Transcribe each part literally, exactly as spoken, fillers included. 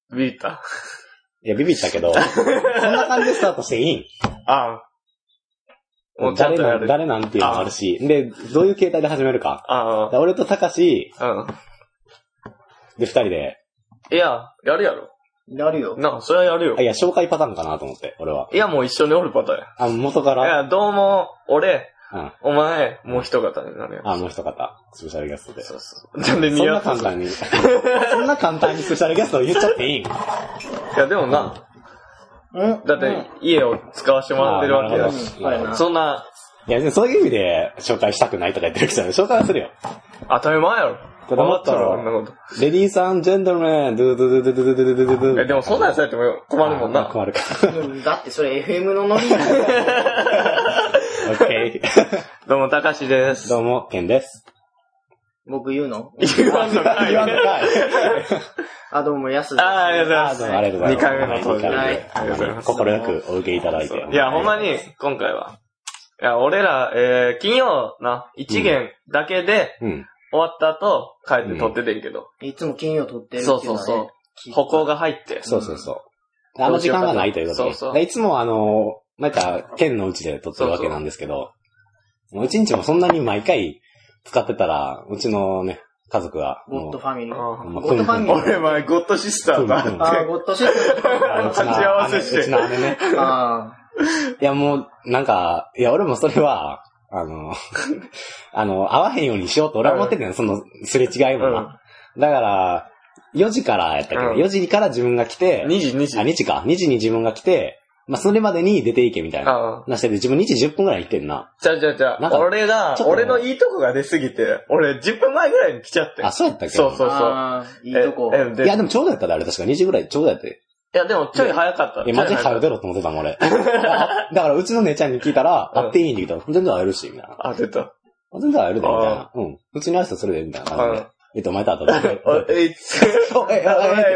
ビビった。 いや、ビビったけど、そんな感じでスタートしていいん？ ああ。もう誰なん、誰なんっていうのもあるし、で、どういう形態で始めるか。 ああ。 俺と高し、 うん。 で、二人で。 いや、やるやろ。 やるよ。 なんか、それはやるよ。 いや、紹介パターンかなと思って、俺は。 いや、もう一緒におるパターンや。 あ、元から。 いや、どうも、俺、 うん、 お前、もう一方になるやつ。あ、もう一方。スペシャルゲストで。 そうそう。なんでそんな簡単に。そんな簡単にスペシャルゲストを言っちゃっていいん？いや、でもな、うん、だって、家を使わせてもらってるわけだし。そんな。 いや、そういう意味で紹介したくないとか言ってる人は紹介はするよ。 当たり前やろ。 黙ったら、レディーさん、ジェントルメン、ドゥドゥドゥドゥドゥドゥドゥドゥドゥ。 でもそんなんされても困るもんな。 困るか。 だってそれ エフエム のノリ。オッケー。 どうも、たかしです。 どうも、ケンです。 僕言うの？ 言わんのかい。 言わんのかい。 あ、どうも、やすです。 あ、ありがとうございます。 ありがとうございます。 にかいめの登場で。 はい。ありがとうございます。心よくお受けいただいて。 いや、ほんまに、今回は。いや、俺ら、えー、金曜な、一元だけで、うん。終わった後、帰って撮っててんけど。 いつも金曜撮ってるっていうのはね。 そうそうそう。歩行が入って。 そうそうそう。あの時間がないということで。そうそう。いつもあの、なんか、県のうちで撮ってるわけなんですけど、もう一日もそんなに毎回使ってたら、うちのね、家族は。 ゴッドファミリー。 ゴッドファミリー。俺前、ゴッドシスターだ。 あ、ゴッドシスター。 鉢合わせして。うちの姉ね。いやもう、なんか、いや俺もそれは、あの、あの、会わへんようにしようと俺は思ってたよ、そのすれ違いもな。だから、よじからやったけど、よじから自分が来て、 にじ、にじ。 あ、にじか。にじに自分が来て、まあ、それまでに出ていけみたいな。なしてて、自分にじじゅっぷんぐらい行ってんな。 じゃあじゃあじゃあ、俺が、俺のいいとこが出すぎて、俺じゅっぷんまえぐらいに来ちゃって。 あ、そうやったっけ？ そうそうそう。 いいとこ。 いや、でもちょうどやったで、あれ確かにじぐらい、ちょうどやって。 いや、でもちょい早かった。 え、マジで早出ろって思ってたもん、俺。だから、うちの姉ちゃんに聞いたら、会っていいんで聞いたら、全然会えるし、みたいな。 あ、出た。 全然会えるで、みたいな。うん。普通に挨拶するで、みたいな感じで。えっと、お前と後で。 え、いつ、 おい、おい、おい、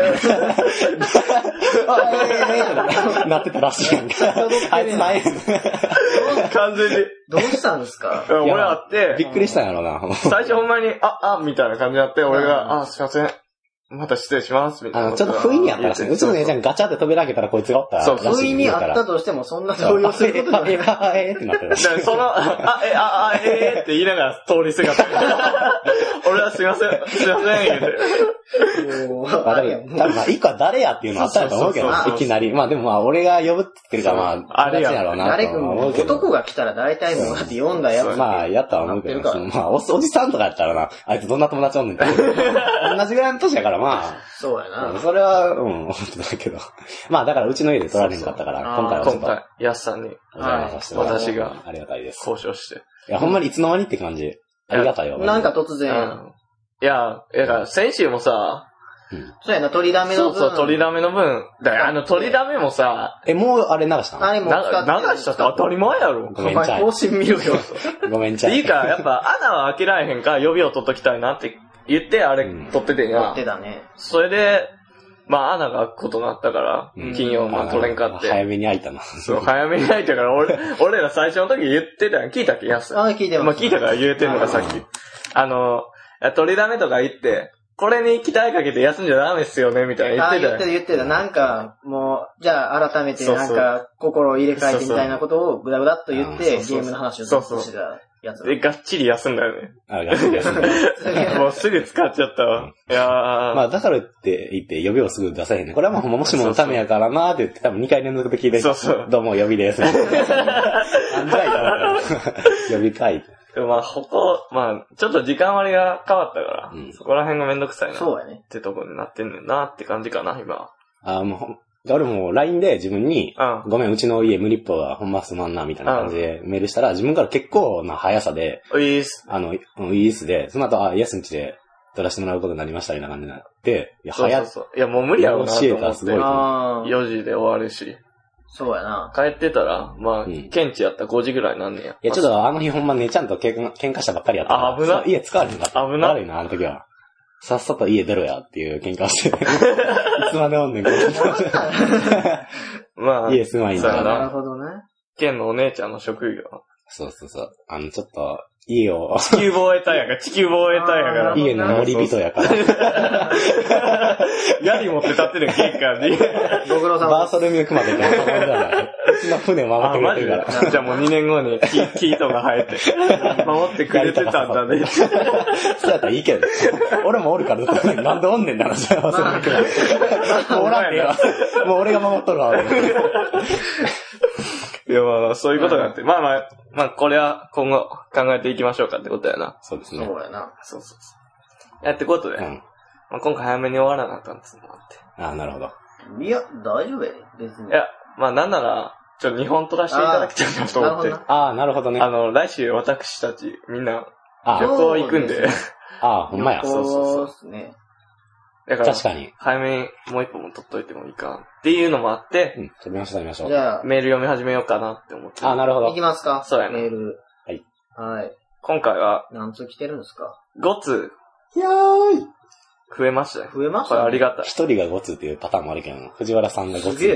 なってたらしいやんか。あいつない。 完全に。 どうしたんですか？ 俺会って。 びっくりしたんやろな。 最初ほんまに、あ、あ、みたいな感じになって、俺が、あ、すいません。また失礼します、みたいな。 あの、ちょっと不意にあったらしい。うちの姉ちゃんガチャって扉開けたらこいつがおったら。 そう、不意にあったとしてもそんな動揺することじゃない。 あ、え、え、ってなってた。 その、あ、え、あ、あ、え、って言いながら通り過ぎた。俺はすいません、すいません、言うて。 もう、あれ、多分まあ、一個は誰やっていうのあったと思うけど、いきなり。まあでもまあ、俺が呼ぶって言ってるから、まあ、 あれやろうな。 誰君も男が来たら大体もうだって読んだやつ。 まあ、やったら思うけど、まあ、おじさんとかやったらな、あいつどんな友達おんねんって。同じぐらいの年やからまあ。 そうやな。 それは、うん、思ってたけど。まあ、だからうちの家で取られへんかったから、今回はちょっと。 今回、やすさんに。 お邪魔させてもらって。 私が。 ありがたいです。 交渉して。 いや、ほんまにいつの間にって感じ。ありがたいよ。 なんか突然。 いや、だから先週もさ、 そうやな、取りだめの分。 そうそう、取りだめの分。だからあの取りだめもさ、 え、もうあれ流したの？ あれもう使って流したって当たり前やろ。 ごめんちゃい。 更新見ろよ。 ごめんちゃい。 いいから、やっぱ穴は開けられへんから予備を取っときたいなって言って、あれ取っててんや。 取ってたね。 それで、まあ穴が開くことになったから、金曜も取れんかって。 早めに開いたな。 そう、早めに開いたから、俺、俺ら最初の時言ってたやん。聞いたっけ？やす。 あ、聞いてます。 まあ聞いたから言えてんのがさっき。あの、取りだめとか言って、これに期待かけて休んじゃダメっすよね、みたいな言ってた。 あ、言ってた言ってた。なんか、もう、じゃあ改めてなんか、心を入れ替えてみたいなことをぐだぐだっと言って、ゲームの話をずっとしてたやつ。 で、がっちり休んだよね。 あ、がっちり休んだ。 もうすぐ使っちゃったわ。いやー。 まあ、だからって言って予備をすぐ出さへんね。これはもうもしものためやからなーって言って多分にかい連続で聞いて、 そうそう。 どうも予備です。あんじゃいだ予備かい。 でもまあ、ここ、まあ、ちょっと時間割が変わったから、うん、そこら辺がめんどくさいな。 そうやね。 ってとこになってんねんなって感じかな、今。 ああ、もう、俺も ライン で自分に、うん、ごめん、うちの家無立法はほんますまんな、みたいな感じでメールしたら、自分から結構な速さで、 おいーす。 あの、いいっすで、その後、あ、イエスんちで撮らせてもらうことになりました、みたいな感じになって、いや、 早っ。そうそうそう。いや、もう無理やろうなと思って。教えたすごい。よじで終わるし。 そうやな。 帰ってたら、まあ、うん、検知やったらごじぐらいなんねや。いや、ちょっとあの日ほんまね、ちゃんと喧嘩したばっかりやったから。 あ、危な。 家使われへんかった。 危な。 悪いな、あの時は。さっさと家出ろやっていう喧嘩をして。いつまでおんねん、これ。 まあ、 家住まいんだから。 なるほどね。 ケンのお姉ちゃんの職業。 そうそうそう。あの、ちょっと、 家を。 地球防衛隊やから、地球防衛隊やから。 家の森人やから。 槍持って立ってる玄関に。 ご苦労さん。 バーソルミュークまで行ったら、うちの船を守ってくれてるから。 じゃあもうにねんごにキートが生えて、守ってくれてたんだね。 そうやったらいいけど。俺もおるからずっと、なんでおんねんだろ、バーソルミュークは。もうおらんでええわ。もう俺が守っとるわ。 いやまあ、そういうことがあって。まあまあ、まあこれは今後考えていきましょうかってことやな。 そうですね。 そうやな。 そうそうそう。やってことで、うん、まあ、今回早めに終わらなかったんですもんって。 ああ、なるほど。 いや、大丈夫やで、別に。 いや、まあなんなら、ちょっと日本撮らせていただきたいなと思って。 ああ、なるほどね。 あの、来週私たちみんな旅行行くんで。 ああ、ほんまや。 そうそうそう。ね。 だから、 確かに。 早めにもう一本も撮っといてもいいかっていうのもあって、 うん、撮りましょう、撮りましょう。 じゃあ、 メール読み始めようかなって思って。 あ、なるほど。 いきますか。 そうやね。 メール。 はい。 はい。 今回は、 何通来てるんですか？ ご通。 いやーい。 増えましたね。 増えましたね。これありがたい。 一人がご通っていうパターンもあるけど、藤原さんがご通。すげえ。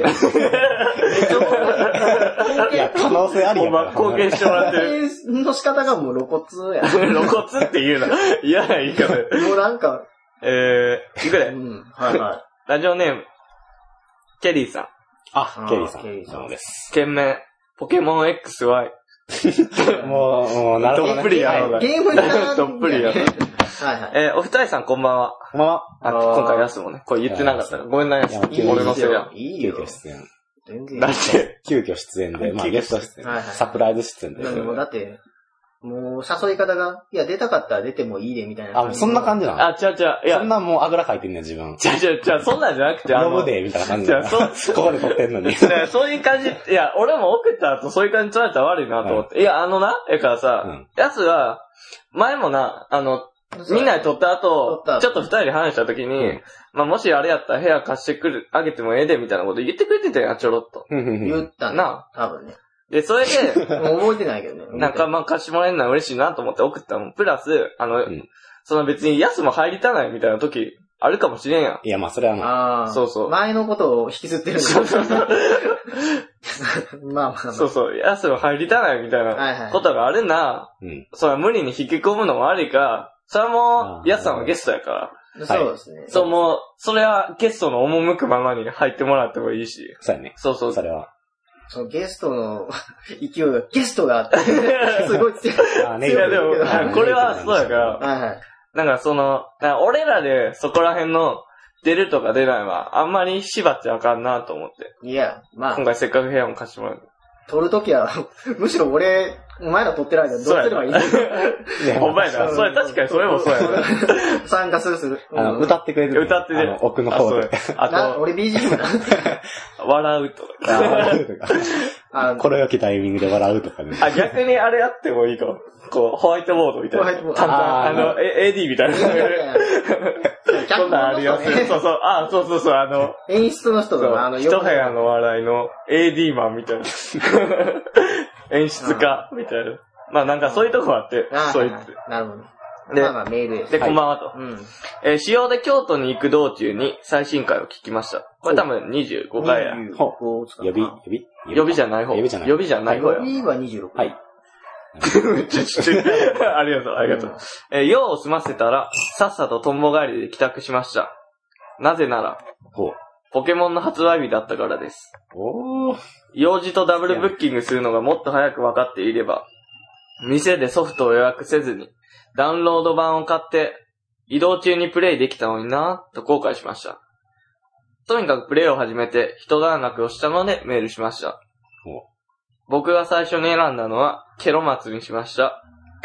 いや、可能性ありやから。 貢献してもらってる。 の仕方がもう露骨や。 露骨って言うな。嫌な言い方。 もうなんか、 えー、いくで。 うん。はいはい。 ラジオネーム、ケリーさん。 あ、ケリーさん。 ケリーさんです。 件名、ポケモン エックスワイ。 もう、もう、なるほど、ね。 どっぷりやろうが。 ゲームだどっぷりやろうが。 はいはい。 えー、お二人さんこんばんは。 こんばんは。 あ、今回やすもね。これ言ってなかったら。ごめんなさい。俺のせいや。 いいよ。急遽出演。 全然。 だって、 急遽出演で、まあゲスト出演。サプライズ出演で。 でもだって、もう誘い方が、いや出たかったら出てもいいでみたいな。 あ、そんな感じなの？ あ、違う違う。いや。 そんなもうあぐらかいてんねん自分。 違う違う違う。そんなんじゃなくて、あの。 呼ぶで、みたいな感じ。違う、そう。ここで撮ってんのに。 そういう感じ、いや、俺も送った後そういう感じ取られたら悪いなと思って。いや、あのな、えからさ、やつは、前もな、あの、みんなで撮った後、ちょっと二人で話した時に、まあもしあれやったら部屋貸してくる、あげてもええで、みたいなこと言ってくれてたやん、ちょろっと。 言ったな。多分ね。 で、それで、 覚えてないけどね。 なんかまあ貸してもらえるのは嬉しいなと思って送ったもん。プラス、あの、うん、その別にヤスも入りたないみたいな時あるかもしれんやん。 いやまあそれはな。あそうそう。 前のことを引きずってるんだ。そうそうそう。まあまあ、まあ。 そうそう。ヤスも入りたないみたいなことがあるな。はいはい、それは無理に引き込むのも悪いから、それはもう、ヤスさんはゲストやから。 そうですね。 そう、もう、それはゲストの赴くままに入ってもらってもいいし。 そうやね。 そうそう。 それは。 そのゲストの勢いが、ゲストが、すごい強い。 いやでも、これはそうやから、 はいはい、 なんかその、俺らでそこら辺の出るとか出ないは、あんまり縛っちゃあかんなと思って。 いや、まあ。 今回せっかく部屋も貸してもらう。 撮るときは、むしろ俺、お前ら撮ってる間、どうすればいいお前ら、それ確かにそれもそうやな。 参加するする。 あの、歌ってくれる。 歌ってくれる。 奥の方で。 あと、俺 ビージーエム だ。 笑うとか。 笑うとか。これを着たタイミングで笑うとかね。 あ、逆にあれやってもいいかも。こう、ホワイトボードみたいな。ホワイトボード。あの、エーディー みたいな。こんなんありますよ。そうそう。あ、そうそうそう、あの。 演出の人の、あの、 一部屋の笑いの エーディー マンみたいな。演出家みたいな。まあなんかそういうとこあって、そう言って。 なるほど。で、まあまあメールです。 で、こんばんはと。えー、仕様で京都に行く道中に最新回を聞きました。これ多分にじゅうごかいや。 予備予備予備じゃない方。予備じゃない。予備じゃない方や。 予備はにじゅうろく。 はい。 めっちゃちっちゃい。ありがとう、ありがとう。えー、用を済ませたら、さっさととんぼ帰りで帰宅しました。なぜなら、ポケモンの発売日だったからです。 おー。 用事とダブルブッキングするのがもっと早く分かっていれば、店でソフトを予約せずに、ダウンロード版を買って、移動中にプレイできたのになぁ、と後悔しました。とにかくプレイを始めて、一段落をしたのでメールしました。僕が最初に選んだのは、ケロマツにしました。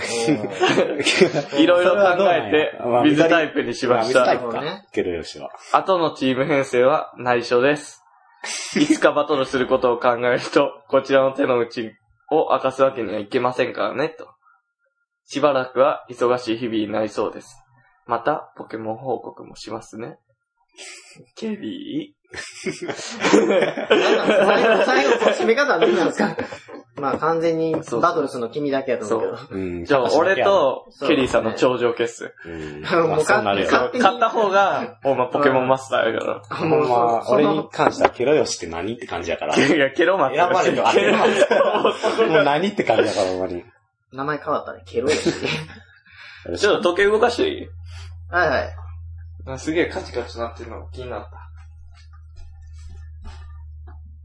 いろいろ考えて、水タイプにしました。 ケロヨシは。 後のチーム編成は内緒です。いつかバトルすることを考えると、こちらの手の内を明かすわけにはいけませんからね、と。しばらくは忙しい日々になりそうです。また、ポケモン報告もしますね。ケリー最後、最後、締め方は何なんですか？まあ完全にバトルするの君だけやと思うけど。 うん、じゃあ、俺とケリーさんの頂上決戦。もう勝った方が、お前ポケモンマスターやから。 ほんま、俺に関してはケロヨシって何って感じやから。 いや、ケロマツ。 選ばれる。もう何って感じやから、ほんまに。 名前変わったね。ケロヨシ。 ちょっと時計動かしていい？ はいはい。 あ、すげえカチカチなってるのが気になった。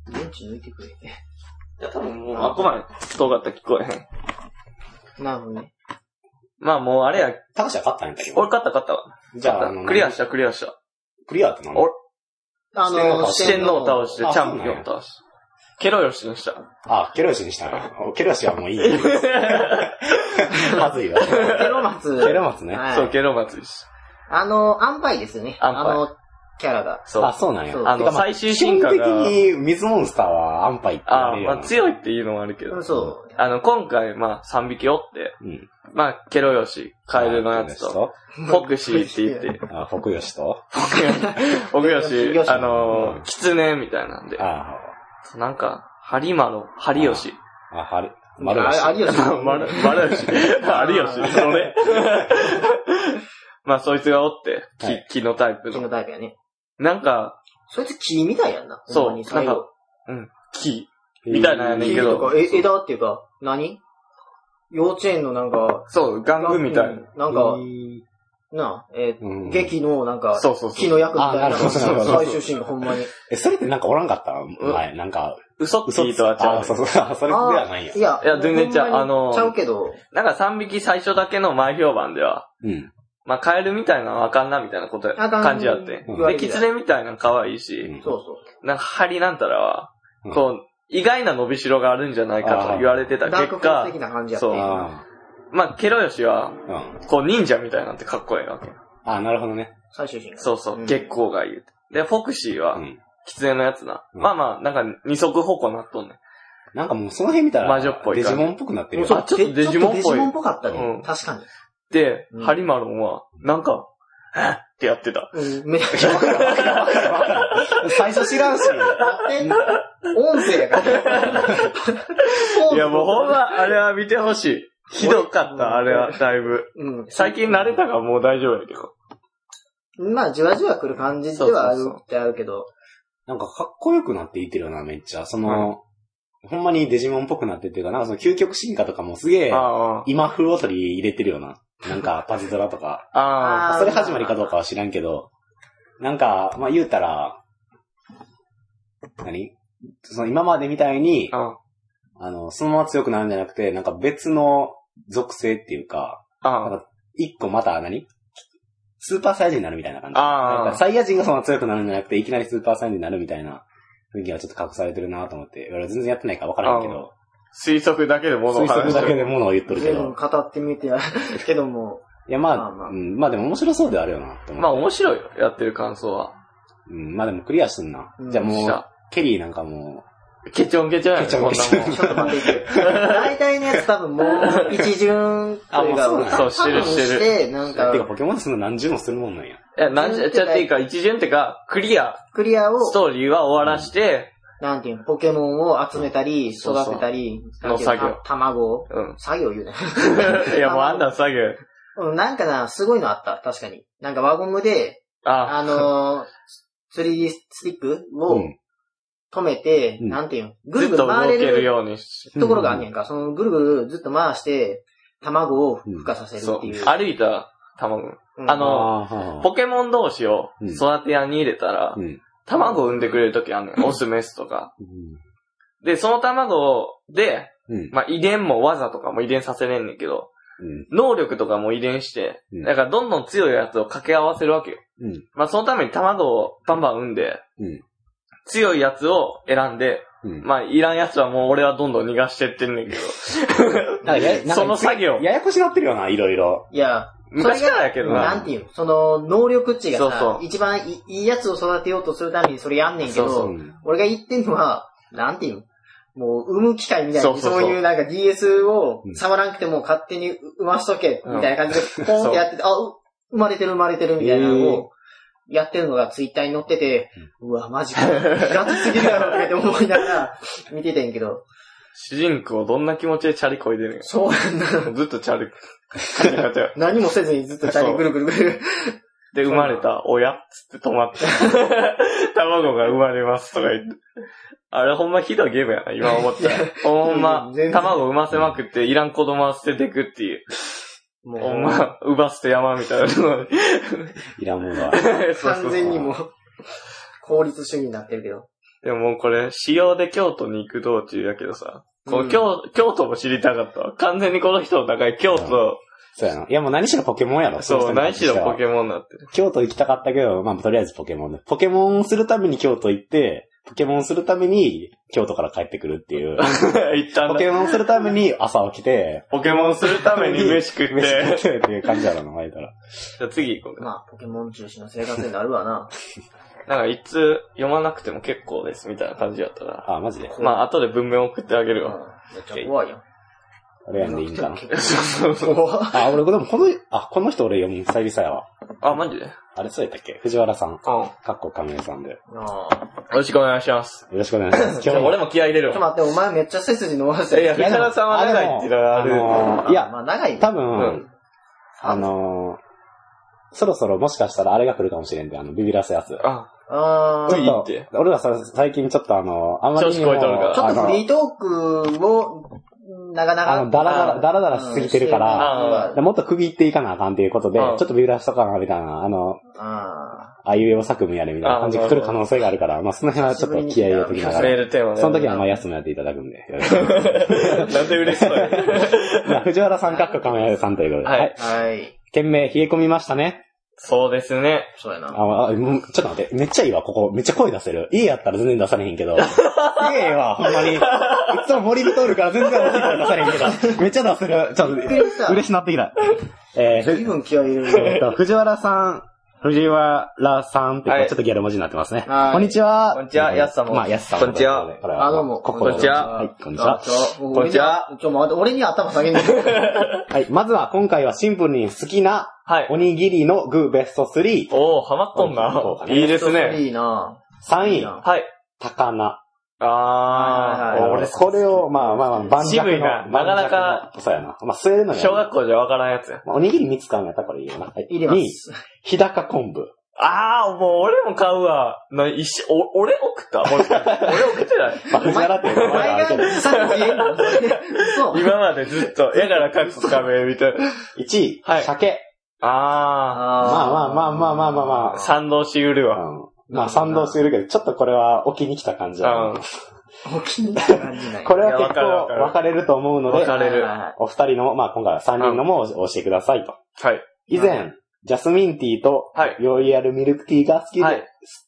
電池抜いてくれ。いや、多分もう、あっこまで遠かったら聞こえへん。なるほどね。 まあもうあれや。 高橋は勝ったんだけど。 俺勝った勝ったわ。 じゃあ、 クリアしたクリアした。 クリアって何？ 俺、 あのー、 四天王を倒して、チャンピオンを倒して。ケロヨシにした。 あ、ケロヨシにしたね。ケロヨシはもういい。はずいわ。 ケロマツ。 ケロマツね。 そう、ケロマツです。 あの、アンパイですよね。 アンパイ。 あの、キャラが。 そう。あ、そうなんや。 あの、最終進化が。 基本的に水モンスターはアンパイって言われるよ。 あ、まあ強いっていうのもあるけど。 そう。 あの、今回、まあさんびきおって、うん、まあ、ケロヨシ、カエルのやつと、フォクシーって言って。 あ、フォクヨシとフォクヨシ、あの、キツネみたいなんで。ああ。なんか、ハリマロ、ハリヨシ。 あ、ハリ、マルヨシ。 ハリヨシ。 マルヨシ。ハリヨシ。それ。まあ、そいつがおって、木、木のタイプの。 木のタイプやね。 なんか、 そいつ木みたいやんな。 そう。なんか、うん、木。みたいなんやねんけど。 え、枝っていうか、何幼稚園のなんか、 そう、玩具みたいな。なんか、なあ、えー、劇のなんか、木の役みたいな。最終シーンがほんまに。 え、それってなんかおらんかった前、なんか、 嘘つきとはちゃう。 あ、そうそう、それではないや。 いや、 いや、全然ちゃう。あの、 ちゃうけど。 なんかさんびき最初だけの前評判では、うん。まあ、カエルみたいなのはあかんなみたいなこと、感じあって。で、キツネみたいなの可愛いし、 そうそう。 なんか、ハリなんたらは、こう、意外な伸びしろがあるんじゃないかと言われてた結果、 的な感じやそう。まあ、ケロヨシは、こう、忍者みたいなんてかっこいいわけ。 あ、なるほどね。 最終シーン。 そうそう、月光が言う。で、フォクシーは、キツネのやつな。まあまあ、なんか二足歩行なっとんねん。 なんかもうその辺見たら、 魔女っぽい。 デジモンっぽくなってるよ。 あ、ちょっとデジモンっぽい。 デジモンっぽかったね。確かに。 で、ハリマロンは、なんか、ってやってた。 うん、めっちゃわかるわかるわかるわかる。 最初知らんし。 音声やから。 いやもうほんま、あれは見てほしい。ひどかった、あれは、だいぶ。うん、最近慣れたからもう大丈夫やけど。 まあ、じわじわ来る感じではあるってあるけど。 なんかかっこよくなっていってるよな、めっちゃ。その、うん、ほんまにデジモンっぽくなってっていうか、なんかその究極進化とかもすげえ、今風を取り入れてるよな。なんか、パズドラとか。ああ。それ始まりかどうかは知らんけど、なんか、まあ言うたら、何その今までみたいに、あ, あの、そのまま強くなるんじゃなくて、なんか別の属性っていうか、あなんか一個また何スーパーサイヤ人になるみたいな感じ。あなんかサイヤ人がそのまま強くなるんじゃなくて、いきなりスーパーサイヤ人になるみたいな雰囲気はちょっと隠されてるなと思って、俺全然やってないから分からんけど。 推測だけで物を話してる。 推測だけで物を言っとるけど。 語ってみてやるけども。 いや、まあ、まあ、まあ、うん、まあでも面白そうではあるよな、と思って。 まあ面白いよ、やってる感想は。 うん、まあでもクリアすんな。うん、じゃあもう、ケリーなんかもう、ケチョンケチョンやね。 ケチョンケチョン。ちょっと待っていて。大体のやつ多分もう、一巡というか、 そう、してるしてる。 なんか。てかポケモンですの何十もするもんなんや。いや、何十、ちゃっていうか、一巡っていうか、クリア。 クリアを。 ストーリーは終わらして、 なんていうの、ポケモンを集めたり、育てたり、 の作業。 卵を。うん。作業言うね。 いや、もうあんな作業。 うん、なんかな、すごいのあった、確かに。なんか輪ゴムで、あ、あのー、スリーディー スティックを止めて、うん、なんていうの、ぐるぐる回れるようにところがあんねんか。そのぐるぐるずっと回して、卵を孵化させるっていう。 うん、歩いた卵。うん、あの、ポケモン同士を育て屋に入れたら、うん卵を産んでくれるときあんねん。オス、メスとか。うん、で、その卵で、うん、まあ遺伝も技とかも遺伝させれんねんけど、うん、能力とかも遺伝して、うん、だからどんどん強いやつを掛け合わせるわけよ。うん、まあそのために卵をバンバン産んで、うん、強いやつを選んで、うん、まあいらんやつはもう俺はどんどん逃がしてってんねんけど。 なんかやその作業。ややこしなってるよな、いろいろ。 いや、 昔からやけどな。 なんていうのその、能力値がさ、そうそう一番いいやつを育てようとするためにそれやんねんけど、そうそう俺が言ってんのは、なんていうのもう、産む機械みたいな、そうそうそうそういうなんか ディーエス を触らなくても勝手に産ましとけ、みたいな感じで、ポンってやってて、あ、生まれてる生まれてるみたいなのを、やってるのがツイッターに載ってて、うわ、マジか。ガチすぎるやろって思いながら見ててんけど。 主人公どんな気持ちでチャリこいでるんそうなんだ。 ずっとチャリ。 何もせずにずっとチャリぐるぐるぐる。 で、生まれた親つって止まって、卵が生まれますとか言って。あれほんまひどいゲームやな、今思ったら。ほんま、卵産ませまくって、いらん子供は捨てていくっていう。もう、ほんま、奪ば捨て山みたいなのに。 いらんものは。 完全にもう、効率主義になってるけど。 でももうこれ、仕様で京都に行く道中やけどさ、この京、うん、京都も知りたかったわ。完全にこの人の中で京都、うん、 そうやな。いやもう何しろポケモンやろ。 そう、何しろポケモンになってる。 京都行きたかったけど、まあとりあえずポケモンで。ポケモンするために京都行って、ポケモンするために京都から帰ってくるっていう。 一旦ポケモンするために朝起きて、 ポケモンするために飯食って。 飯食ってっていう感じやろな、前から。 じゃあ次行こうか。 まあ、ポケモン中心の生活になるわな。 なんかいつ読まなくても結構ですみたいな感じやったら。 あ、マジで。 まあ後で文面送ってあげるわ。 うん、めっちゃ怖いよ。 あれやんでいいんかな。 そうそうそう。 あ、俺、でもこの、あ、この人俺読む久々やわ。 あ、マジであれそうやったっけ藤原さん。うん。かっこ亀井さんで。 ああ。よろしくお願いします。 よろしくお願いします。 今日も俺も気合い入れるわ。 ちょっと待って、お前めっちゃ背筋伸ばしてる。 いや、藤原さんは長いって言うのがある。 あのー、いや、 まあ長い。 多分、 うん、 あのー、そろそろもしかしたらあれが来るかもしれんで、あの、ビビらすやつ。 あああ。ちょっと、俺らさ、最近ちょっとあの、あまりにも、 調子こいとるから。 ちょっとフリートークを、なかなか。 あの、だらだら、だらだらしすぎてるから、もっと区切っていかなあかんっていうことで、ちょっとビビらしとかなみたいな、あの、ああいうえお作文やれみたいな感じが来る可能性があるから、まあその辺はちょっと気合いを入れときながら、その時はまあ休みやっていただくんで。 なんで嬉しそうや。 藤原さんかっこ亀井さんということで。 はい。はい。 件名冷え込みましたね。 そうですね。 そうやな。 あ、あ、ちょっと待って。めっちゃいいわ、ここ。めっちゃ声出せる。家やったら全然出されへんけど。すげえわ、ほんまに。いつも森人おるから全然大きい声出されへんけど。めっちゃ出せる。ちょっと、嬉しなってきた。えー、 随分気合い入れる。 藤原さん、藤原さんって、はい、ちょっとギャル文字になってますね。こんにちは。 こんにちは、やすさんも。 まあ、やすさんも。 こんにちは。 あ、どうも。 こんにちは。 はい、こんにちは。 こんにちは。 ちょ、待って、俺に頭下げんね。 はい、まずは今回はシンプルに好きな、はい。おにぎりの具ベストスリー。 おー、ハマっとんな。いいですね。 いいな。 さんい。 はい。 高菜。 あー、 俺、これを、まあまあまあ、盤石の。 渋いな。なかなか。 そうやな。まあ、据えるのや。 小学校じゃわからんやつや。 おにぎりみっつ買うんやったらこれいいよな。はい。 入れます。 日高昆布。 あー、もう俺も買うわ。な、一緒、お、俺送った俺送ってない。 まあ、藤原ってお前がさっき言えんの今までずっと、やからカッコカメみたいな。 いちい。はい。鮭。 あー。 まあまあまあまあまあまあまあ。 賛同しうるわ。 うん。まあ賛同してるけど、ちょっとこれは置きに来た感じだ。うん。 置きに来た感じない。 これは結構分かれると思うので、 分かれる。 お二人の、まあ今回はさんにんのも教えてくださいと。 はい。 以前、ジャスミンティーとロイヤルミルクティーが好きです。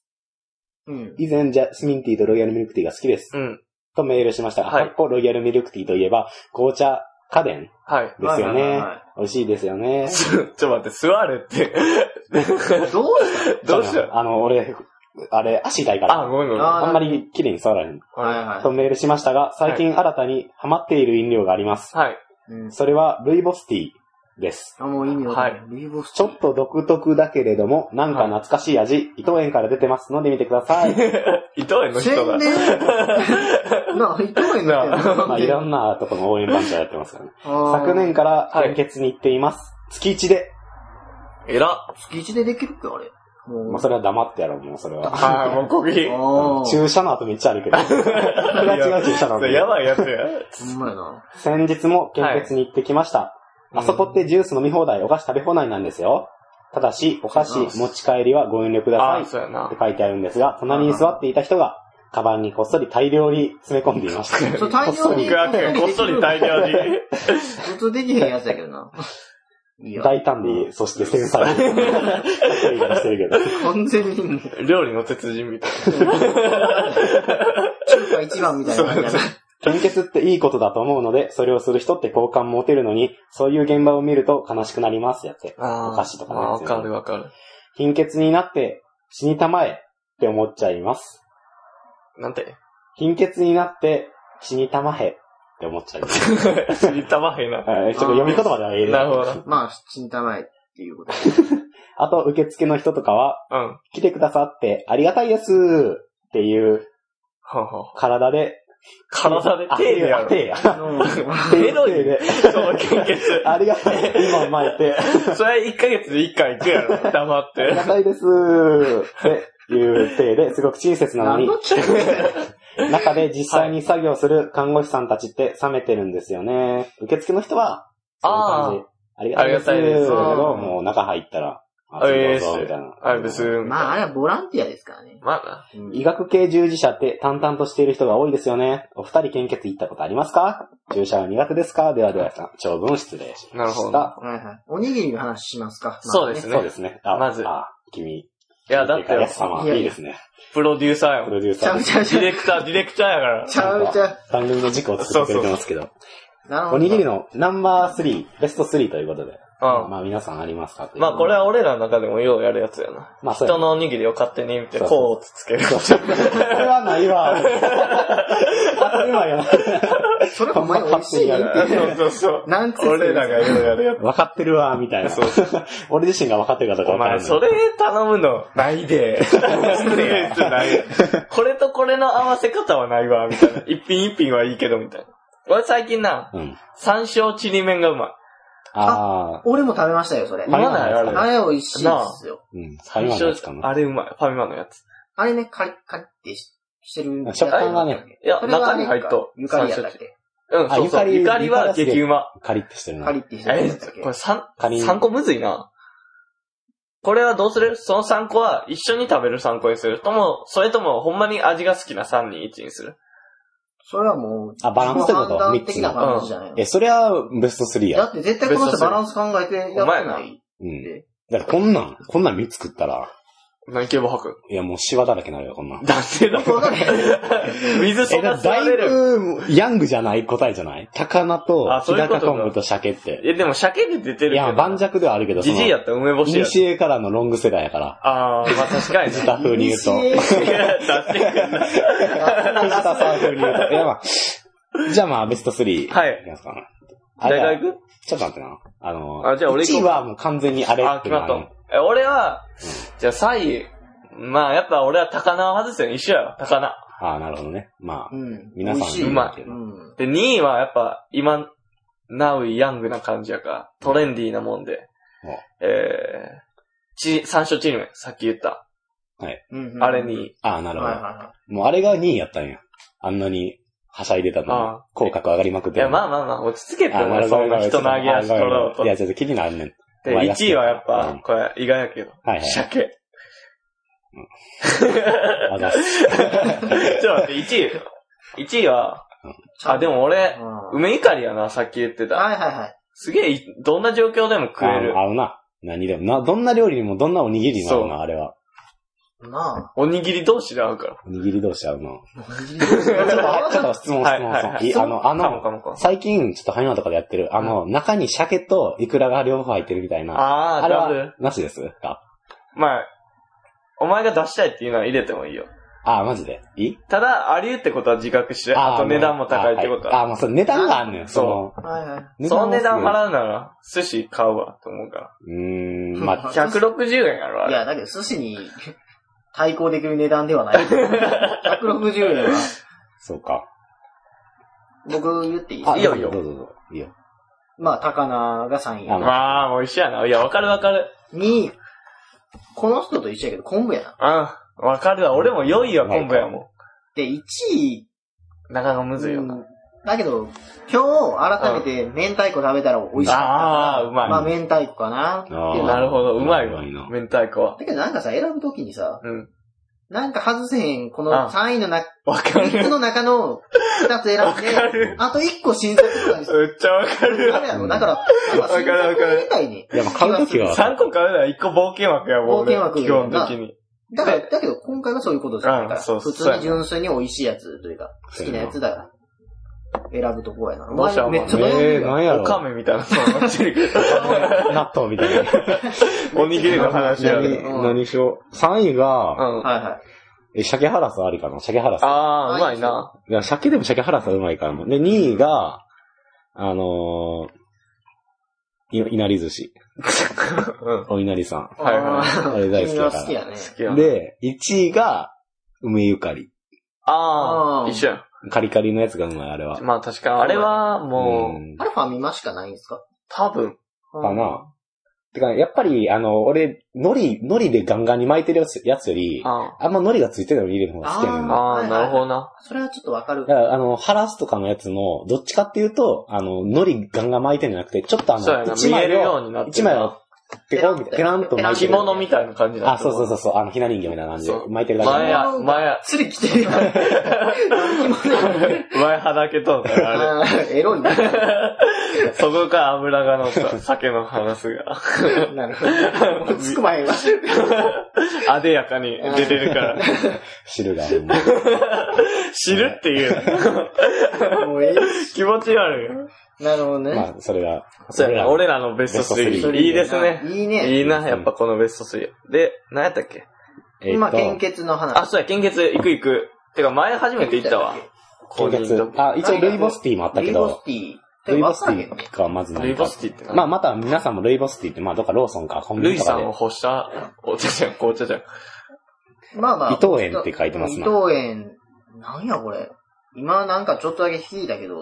うん。 以前、ジャスミンティーとロイヤルミルクティーが好きです。 うん。 とメールしましたが、はい。ロイヤルミルクティーといえば、紅茶家電はい。 ですよね。美味しいですよね。 ちょっと待って、座れって。 どうしたどうしたあの、俺、あれ、足痛いから。 あ、ごめんごめん。 あんまり綺麗に触られん。 はいはい。 とメールしましたが、最近新たにハマっている飲料があります。 はい。 それは、ルイボスティーです。 あ、もう意味わかんない。ルイボスティー。ちょっと独特だけれども、なんか懐かしい味、伊藤園から出てます。飲んでみてください。 伊藤園の人だ。 宣伝な、伊藤園の人まあ、いろんなとこの応援番長やってますからね。昨年から献血に行っています。月一で。 えら。 月一でできるっけあれ。 まあ、それは黙ってやろう、もう、それは。 はい、もうこぎ。 注射の後めっちゃあるけど。それは違う注射の後。 やばいやつや。 ほんまやな。 先日も献血に行ってきました。あそこってジュース飲み放題、お菓子食べ放題なんですよ。ただし、お菓子持ち帰りはご遠慮ください。 そうやな。 って書いてあるんですが、隣に座っていた人が、カバンにこっそり大量に詰め込んでいました。 そう、大量に。 こっそり大量に。 普通できへんやつやけどな。 大胆で、そして繊細で。かっこいいからしてるけど。完全に。 料理の鉄人みたいな。 中華一番みたいな感じだな。 献血っていいことだと思うので、それをする人って好感持てるのに、そういう現場を見ると悲しくなりますやって。お菓子とかね。 わかるわかる。 貧血になって死にたまえって思っちゃいます。 なんて貧血になって死にたまえって思っちゃいます。 死にたまえな。 ちょっと読み言葉では言える。 なるほど。 まあ、死にたまえっていうこと。 あと、受付の人とかは、 うん、 来てくださってありがたいですっていう、体で体で手でやる。 手や。 手の手で。その献血。 ありがたい。今巻いて。 それいっかげつでいっかい行くやろ。黙って。 ありがたいです。っていう手ですごく親切なのに。中で実際に作業する看護師さんたちって冷めてるんですよね。受付の人は、そういう感じ。ありがたいです。だけど、もう中入ったら、あ、そうどうぞ、みたいな。 あれ別に。 まあ、あれはボランティアですからね。 まあな。 医学系従事者って淡々としている人が多いですよね。お二人献血行ったことありますか？注射は苦手ですか？ではでは、長文失礼しました。 なるほど。 はいはい。おにぎりの話しますか？ そうですね。 そうですね。 まず。 あ、君。 いや、だって、 いいですね。 プロデューサーやもん。 プロデューサー。 ちゃうちゃうちゃう。 ディレクター、ディレクターやから。 ちゃうちゃう。 番組の軸を作ってくれてますけど。 なるほど。 おにぎりのナンバースリー、ベストスリーということで。 うん。 まあ皆さんありますか？ まあこれは俺らの中でもようやるやつやな。まあ人のおにぎりを勝手に見て、こうつつける。 それはないわ。当たり前やな。 それお前美味しいよって。 そうそうそう。 なんつって。 俺らがようやるやつ。 分かってるわ、みたいな。そうそう。俺自身が分かってるかどうか分からない。 お前それ頼むのないで。これとこれの合わせ方はないわ、みたいな。一品一品はいいけど、みたいな。俺最近な、うん、山椒ちりめんがうまい。 ああ。俺も食べましたよ、それ。 うまないあれ。 あれ美味しいですよ。 うん。ファミマのやつかな。 あれうまい。ファミマのやつ。 あれね、カリッカリってしてる。 食感がね。 いや、中に入っと。 ゆかりやったっけ？ うん、そうそう。ゆかりは激うま。 カリってしてるな。 カリってしてる。 え、これ三、三個むずいな。これはどうする？その三個は一緒に食べる三個にするとも、それともほんまに味が好きな三にいちにする？ それはもう、 あ、バランスってこと？ 判断的な感じじゃないの？ え、それはベストスリーや。 だって絶対この人バランス考えてやってない。 うん。だからこんなん、こんなんみ作ったら。 何系も吐く？ いや、もうシワだらけになるよ、こんなん。 だってだ。水そばだいぶ、ヤングじゃない答えじゃない？高菜と、日高昆布と鮭って。 え、でも鮭で出てるけど。 いや、盤石ではあるけど、 ジジイやったら梅干しや。 西江からのロングセラーやから。 あー、まあ確かに。 藤田風に言うと。 西江。出してくんな。 藤田さん風に言うと。いや、まあ。じゃあまあ、ベストスリー。 はい。 いきますかな。 誰が行く？ ちょっと待ってな。あの、 あ、じゃあ俺行こう。 いちいはもう完全にあれってあ、決まった。え、俺は、じゃあさんい、まあやっぱ俺は高菜を外すよ。一緒やろ、高菜。 ああ、なるほどね。まあ、 うん、 皆さんうまい。うん、で、にいはやっぱ今、ナウイヤングな感じやから、トレンディーなもんで、うん、えー、ち、山椒ちりめん、さっき言った。 はい。 あれに。 ああ、なるほど。はいはいはい、もうあれがにいやったんや。あんなに、はしゃいでたのに、口角上がりまくって。 いや、まあまあまあ、落ち着けてお前、そんな人の上げ足取ろうと。 いや、ちょっと気になるねん。 で、いちいはやっぱ、これ意外やけど。 はいはい。 鮭。 うん。 あざっす。ちょっと待って、いちい。いちいは、あ、でも俺、梅いかりやな、さっき言ってた。 はいはいはい。 すげえ、どんな状況でも食える。 合うな。何でも。な、どんな料理にもどんなおにぎりに合うな、あれは。 なあ。 おにぎり同士で合うから。 おにぎり同士合うな。 おにぎり同士ちょっと、 ちょっと質問、質問、 はいはいはい、 あの、あの、最近、ちょっとハイマーとかでやってる、あの、中に鮭とイクラが両方入ってるみたいな。 ああ、 あれは、なしですか？ まあ、お前が出したいっていうのは入れてもいいよ。 ああ、マジでいい？ ただ、ありってことは自覚して、あと値段も高いってことは。 ああ、まあ、それ値段があんねん。 そう。はいはい。その値段払うなら、寿司買うわ、と思うから。 うーん、まあ、 ひゃくろくじゅうえんやろ、あれ。 いや、だけど寿司に対抗できる値段ではない。ひゃくろくじゅうえんは。 そうか。 僕言っていい？ いいよいいよ。 どうぞどうぞ。いいよ。 まあ、高菜がさんい。 まあ、美味しいやな。いや、わかるわかる。 に、この人と一緒やけど、昆布やな。 うん。わかるわ。俺も良いわ、昆布やもん。 で、いちい。 なかなかむずいよな。 だけど、今日、改めて、明太子食べたら美味しかった。 ああ、うまい。 まあ、明太子かな。 なるほど、うまいわ。明太子は。 だけどなんかさ、選ぶときにさ、 うん。 なんか外せへん、このさんいの中、 わかる。 みっつの中のふたつ選んで、あといっこ新作とかにして。 めっちゃわかる。 あれやろ、だから、 わかるわかる。 みたいに。 いや、まあ、買うときは。 さんこ買うならいっこ冒険枠やもんね。 冒険枠基本的に。 だから、だけど今回はそういうことじゃないから。 そうそう。 普通に純粋に美味しいやつというか、好きなやつだから。選ぶとこやな。 どうしよう。 めっちゃ悩む。えー、なんやろ。 おかめみたいなそうなってるけど。 納豆みたいな。 おにぎりの話やる。 何しよう。さんいが、 うん。はいはい。 え、鮭ハラスありかな？鮭ハラス。 ああ、うまいな。 いや、鮭でも鮭ハラスはうまいからも。で、にいが、あのー、い、いなり寿司。 うん。 お稲荷さん。 はいはい。 あれ大好きだから。 好きやね。 好きや。 で、いちいが、梅ゆかり。 ああ、一緒やん。 カリカリのやつがうまい、あれは。 まあ確かに、あれはもう、うん、 あれファミマしかないんですか？ 多分。 かな。てか、やっぱり、あの、俺、海苔、海苔でガンガンに巻いてるやつより、あ, あんま海苔がついてるのに入れる方が好きやねんな。 ああ、なるほどな。 それはちょっとわかる。 だから、あの、ハラスとかのやつも、どっちかっていうと、あの、海苔ガンガン巻いてるんじゃなくて、ちょっとあの、一枚を、一枚を、ペコン、ペランと巻いてる。 着物みたいな感じだ。 あ、そうそうそうそう、あの、ひな人形みたいな感じで巻いてるだけ。 前や、前や。 釣り来てるやん。 前はだけとんだよ、あれ。エロいな。 そこから油が乗った酒の話が。 なるほど。つく前は。 あでやかに出てるから。 汁がある。 汁っていう。もう気持ち悪いよ。 なるほどね。 まあ、それが。 そうやな、俺らのベストスリー。いいですね。 いいね。 いいな、やっぱこのベストスリー。で、何やったっけ？ 今、献血の話。 あ、そうや、献血行く行く。てか、前初めて行ったわ。 献血。あ、一応ルイボスティーもあったけど。 ルイボスティー。 ルイボスティーか、まずルイボスティーってまあ、また皆さんもルイボスティーって、まあ、どっかローソンか、コンビニとかで。 ルイさんを干したお茶じゃん、紅茶じゃん。 まあまあ。 伊藤園って書いてますな。伊藤園、なんやこれ。今なんかちょっとだけ聞いたけど。 うん。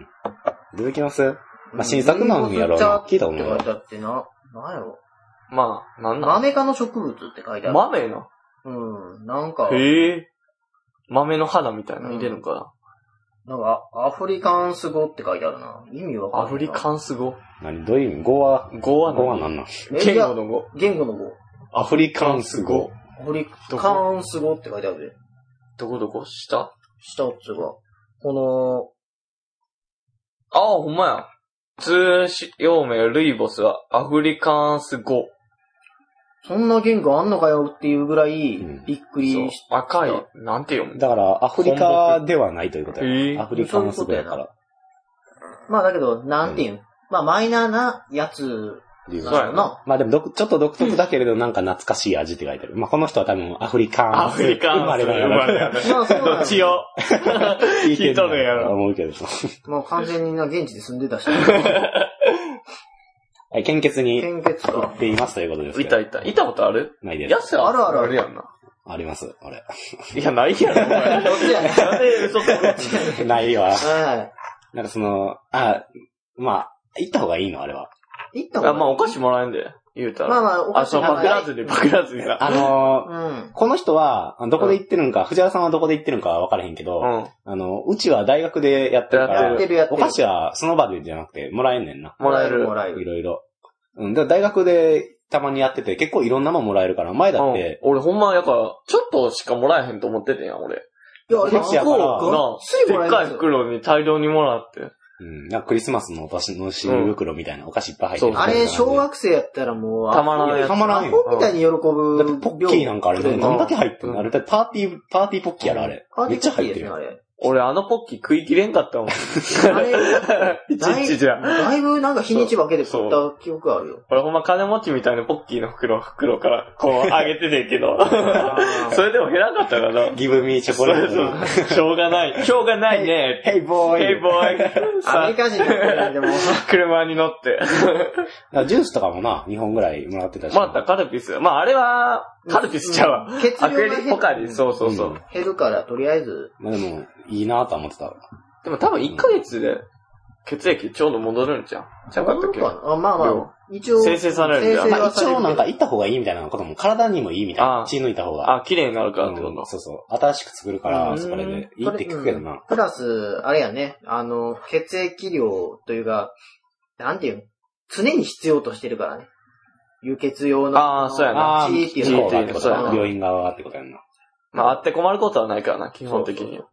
出てきます？まあ、新作なんやろうな。聞いたことない。 って書いてあってな、なんやろ。 まあ、なんなん豆科の植物って書いてある。 豆のうん、なんか。 へえ。豆の花みたいなの入れるのかな、 うん、なんか、アフリカンス語って書いてあるな。意味わかんない。 アフリカンス語何どういう意味？語は、 語は語は何なん？ 言語の語。 言語の語。 アフリカンス語。 アフリカンス語って書いてあるで。 どこどこ下下っつうか。この、 ああ、ほんまや。通用名ルイボスはアフリカンス語。 そんな言語あんのかよっていうぐらいびっくりした。 うん、赤い。なんて読む？ だからアフリカではないということや。アフリカンス語やから。 まあだけど、なんていう、うん、まあマイナーなやつ。 そうやな。 まあでもど、ちょっと独特だけれどなんか懐かしい味って書いてる。まあこの人は多分アフリカンス。 アフリカンス。生まれだよ。生まれだよね。どっちを聞いてるやろ。 思うけど。 もう完全にな、現地で住んでた人。 はい、献血に献血行っていますということです。 いたいた。いたことある？ ないです。 やすあるあるあるやんな。 あります、俺。 いや、ないやろ、お前。どっちやねん。なんで嘘つくの？ ないわ。 はい。 なんかその、あ、まあ、行った方がいいの、あれは。 行った方がいい。 あ、まあ、お菓子もらえんで。言うたら。 まあまあ、お菓子あ、そう、パクらずに、パクらずにな。 あのー、うん、 この人は、どこで行ってるんか、うん、藤原さんはどこで行ってるんかは分からへんけど、うん、あの、うちは大学でやってるから、 やってるやってるお菓子はその場でじゃなくて、もらえんねんな。 もらえる。 もらえる。 いろいろ。うん。だから大学でたまにやってて、結構いろんなもんもらえるから、前だって。 うん、俺ほんま、やから、ちょっとしかもらえへんと思っててんやん、俺。 いや、あれ、 結構やから、 な、でっかい袋に大量にもらって。 うん。なんかクリスマスのお年のし袋みたいなお菓子いっぱい入ってる、 うん。あれ、小学生やったらもう、 たまらない。 たまらんよ。 アホみたいに喜ぶ。 だってポッキーなんかあれ、どんだけ入ってんの、うん、あれ、パーティー、パーティーポッキーやろ、あれ。めっちゃ入ってるよ。 俺あのポッキー食い切れんかったもん。あれ、いちいちじゃ。 だいぶなんか日にち分けて食った記憶あるよ。 俺ほんま金持ちみたいなポッキーの袋、袋からこう上げててんけど。それでも減らんかったからな。 ギブミーチョコレート。 そうそう。しょうがない。しょうがないね。 ヘイボーイ。 ヘイボーイ。 アメリカ人だったんでも。 車に乗って。 ジュースとかもな、にほんぐらいもらってたし。 もらったカルピス。まああれは、カルピスちゃうわ。 血量がアクエリポカリ、そうそうそう。 減るから、とりあえず。 まあでも、いいなとは思ってた。 でも多分いっかげつで血液ちょうど戻るんじゃん。ちゃうかったっけ？ あ、まあまあ、一応。 生成されるんじゃん。 まあ一応なんか行った方がいいみたいなことも体にもいいみたいな。血抜いた方が。 あ、綺麗になるからってこと、 うん、そうそう。新しく作るから、そこでね。いいって聞くけどな。 プラス、あれやね、あの、血液量というか、なんていうの？常に必要としてるからね。輸血用の。 ああ、そうやな。 血っていうのがってことやな。病院側ってことやんな。 まあ、あって困ることはないからな、基本的には。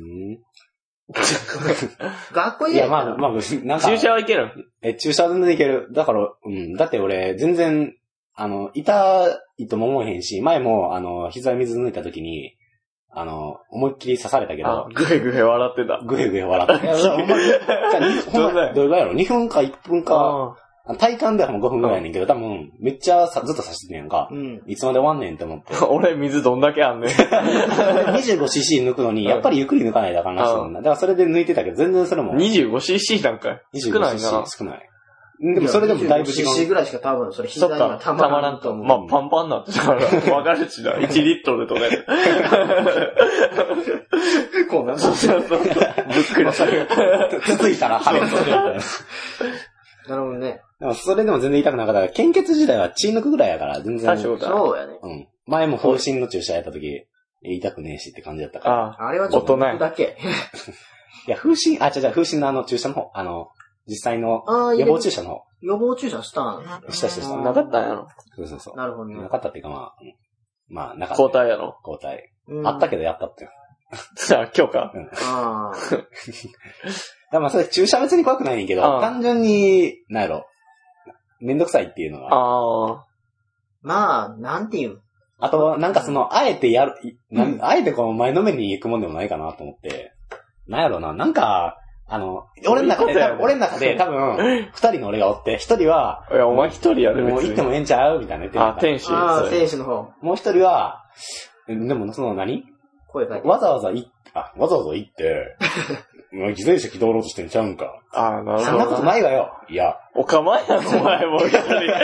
学校でいや、まあ、まあ、なんか。 注射はいけるえ、注射は全然いける。だから、うん。だって俺、全然、あの、痛いとも思えへんし、前も、あの、膝水抜いた時に、あの、思いっきり刺されたけど。 グヘグヘ笑ってた。 グヘグヘ笑ってた。いや、ほんまに、ほんまに、どれぐらいやろ ?に 分かいっぷんか。体感ではもうごふんぐらいやねんけど、多分、めっちゃさずっと刺してんやんか。うん。いつまで終わんねんって思って。 俺、水どんだけあんねん。 にじゅうごシーシー 抜くのに、やっぱりゆっくり抜かないとあかんなしなんだ。だからそれで抜いてたけど、全然それも。 にじゅうごシーシー なんか少ないな。 少ない。でもそれでもだいぶ時間。にじゅうごシーシー ぐらいしか多分、それ膝にはたまらんと思う。 まあ、パンパンになってたから、わかるしな。いちリットルとかで。 こうな。 そうそうそう。ぶっくりする。 つついたら腫れそうみたいな。 なるほどね。 でもそれでも全然痛くなかったから、献血自体は血抜くぐらいやから全然。 そうやね。 うん。前も方針の注射やった時、痛くねえしって感じだったから。 ああ。あれはちょっと抜くだけ。 いや、風疹、あ、違う違う、風疹のあの注射の方、あの、実際の予防注射の方。 予防注射したんしたしたした。 なかったんやろ。 そうそうそう。 なるほどね。 なかったっていうかまあ、まあ、なかった。 交代やろ。 交代。あったけどやったってよ。 さあ、今日か。 うん。ああ。だまあ、それ注射別に怖くないんやけど、単純に、なんやろ、めんどくさいっていうのが。 ああ。 まあ、なんていう。 あと、なんかその、あえてやる、うん、あえてこの前のめりに行くもんでもないかなと思って、なんやろな、なんか、あの、俺の中で、多分俺の中で多分、二人の俺がおって、一人は、 いや、お前一人やで、 もう行ってもええんちゃうみたいな言ってる。 あ、天使。 ああ、天使の方。 もう一人は、でも、その何声かけて。 わざわざ行って、あ、わざわざ行って、自転車起動ろうとしてんちゃうんか。 ああ、なるほど。 そんなことないわよ。いや。 お構いやの、お前も一人。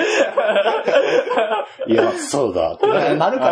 いや、そうだ。ってなるから、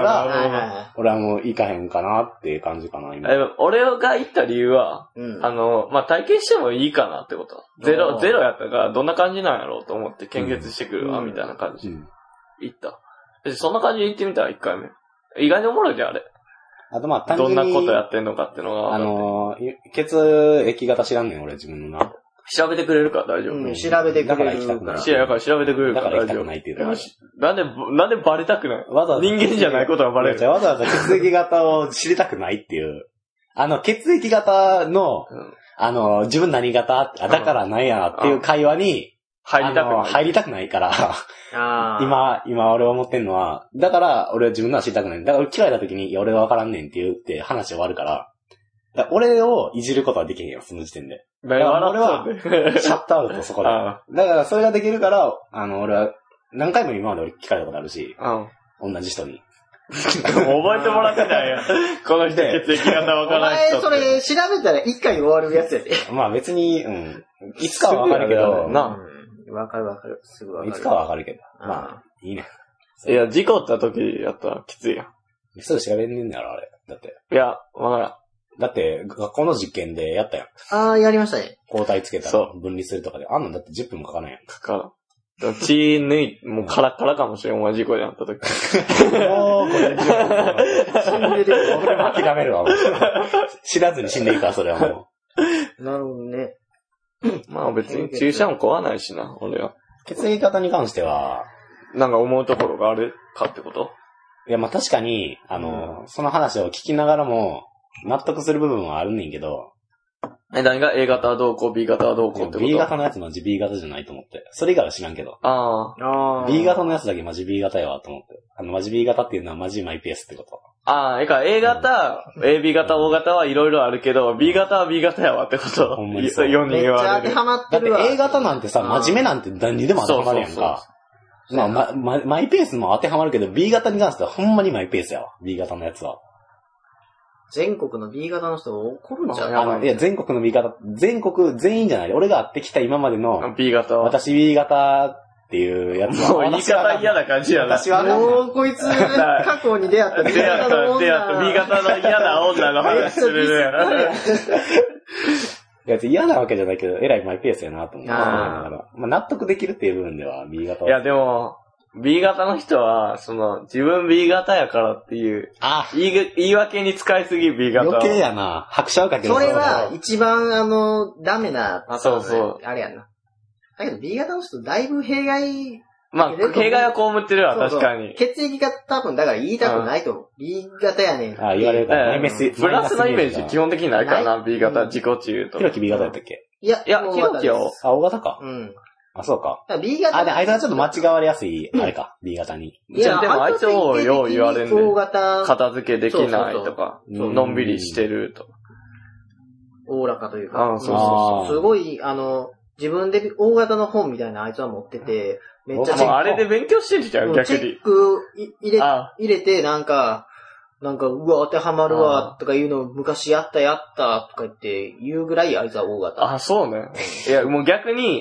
俺はもう行かへんかなっていう感じかな、今。 俺が行った理由は、うん、あの、まあ、体験してもいいかなってこと。ゼロ、ゼロやったからどんな感じなんやろうと思って献血してくるわ、うん、みたいな感じ。うん、行った。そんな感じで行ってみたら一回目。意外におもろいじゃん、あれ。 あとまあ単純に。 どんなことやってんのかっていうのが。 あのー、血液型知らんねん、俺自分のな。 調べてくれるから大丈夫。 うん、調べてくれる。 だから行きたくない。 いや、だから調べてくれるから大丈夫。 だから行きたくないっていうのは。 なんで、なんでバレたくないわざわざ。人間じゃないことがバレる。 わざわざ血液型を知りたくないっていう。あの、血液型の、うん、あの、自分何型だからなんやっていう会話に、 入りたくない。 入りたくないから。今、今俺は思ってんのは、だから俺は自分のは知りたくない。だから嫌いな時に、いや俺は分からんねんって言って話終わるから、だから俺をいじることはできへんよ、その時点で。だから俺は、シャットアウトそこで。だからそれができるから、あの、俺は、何回も今まで俺聞かれたことあるし、同じ人に。 覚えてもらってないよ。この人血液型分からない人。 お前それ調べたら一回終わるやつやで。 まあ別に、うん。いつかは分かるけど、な。 わかるわかる。すぐわかる。 いつかはわかるけど。まあ、いいね。 いや、事故った時やったらきついやん。 すぐ調べんねんだろ、あれ。だって。 いや、わからん。 だって、学校の実験でやったやん。 ああ、やりましたね。 抗体つけたら分離するとかで。あんなんだってじゅっぷんもかからんやん。 かからん。血抜い、もうカラッカラかもしれん、お前事故でやった時。 もう、これ、死んでる。俺も諦めるわ、もう。知らずに死んでいいから、それはもう。なるほどね。 まあ別に注射も怖ないしな、俺は。 血液型に関しては、 なんか思うところがあるかってこと？ いや、まあ確かに、あの、うん、その話を聞きながらも、納得する部分はあるねんけど。 え、何が A 型はどうこう、B 型はどうこうってこと？ B 型のやつマジ B 型じゃないと思って。それ以外は知らんけど。 ああ。B 型のやつだけマジ B 型やわと思って。あの、マジ B 型っていうのはマジマイペースってこと。 ああ、えか、A 型、うん、エービー 型、O 型はいろいろあるけど、B 型は B 型やわってこと。 ほんまにそう。 よにん言われる。 めっちゃ当てはまってるわ。 だって A 型なんてさ、真面目なんて何にでも当てはまるやんか。そうそうそうまあ、ま、ま、マイペースも当てはまるけど、B 型に関してはほんまにマイペースやわ。B 型のやつは。 全国の B 型の人怒るんじゃん。 あの、いや、全国の B 型、全国全員じゃない。俺が会ってきた今までの B 型は。 私 B 型っていうやつは。 もう言い方嫌な感じやな。 私はもうこいつ、過去に出会った B 型の女。 出会った B 型の嫌な女の話するやな。 いや、嫌なわけじゃないけど、えらいマイペースやなと思って。あまあ、納得できるっていう部分では B 型は。 いや、でも、B 型の人は、その、自分 B 型やからっていう、あ言い、言い訳に使いすぎ B 型。 余計やな。拍車をかける。 それは、一番、あの、ダメな、 あ、そうそう。 あれやんな。だけど B 型の人、だいぶ弊害、 まあ、弊害は被ってるわ、確かに。 血液が多分、だから言いたくないと思う。B 型やねん。 あ、言われるから。 プラスのイメージ基本的にないからな、B 型、自己中と。 ひろき B 型やったっけ？ いや、 いや、ひろきよ。 あ、O 型か。 うん。 あ、そうか。 B 型。 あ、で、あいつはちょっと間違われやすい、あれか、B 型に。 いや、でもあいつをよう言われんねん。片付けできないとか、のんびりしてると。 おおらかというか。 あ、そうそうそう。すごい、あの、自分で大型の本みたいなあいつは持ってて、めっちゃチェック。あれで勉強してるじゃん、逆に。 チェック入れ、入れて、なんか、なんか、うわ、当てはまるわ、とかいうのを昔やったやった、とか言って言うぐらいあいつは大型。 あ、そうね。いや、もう逆に、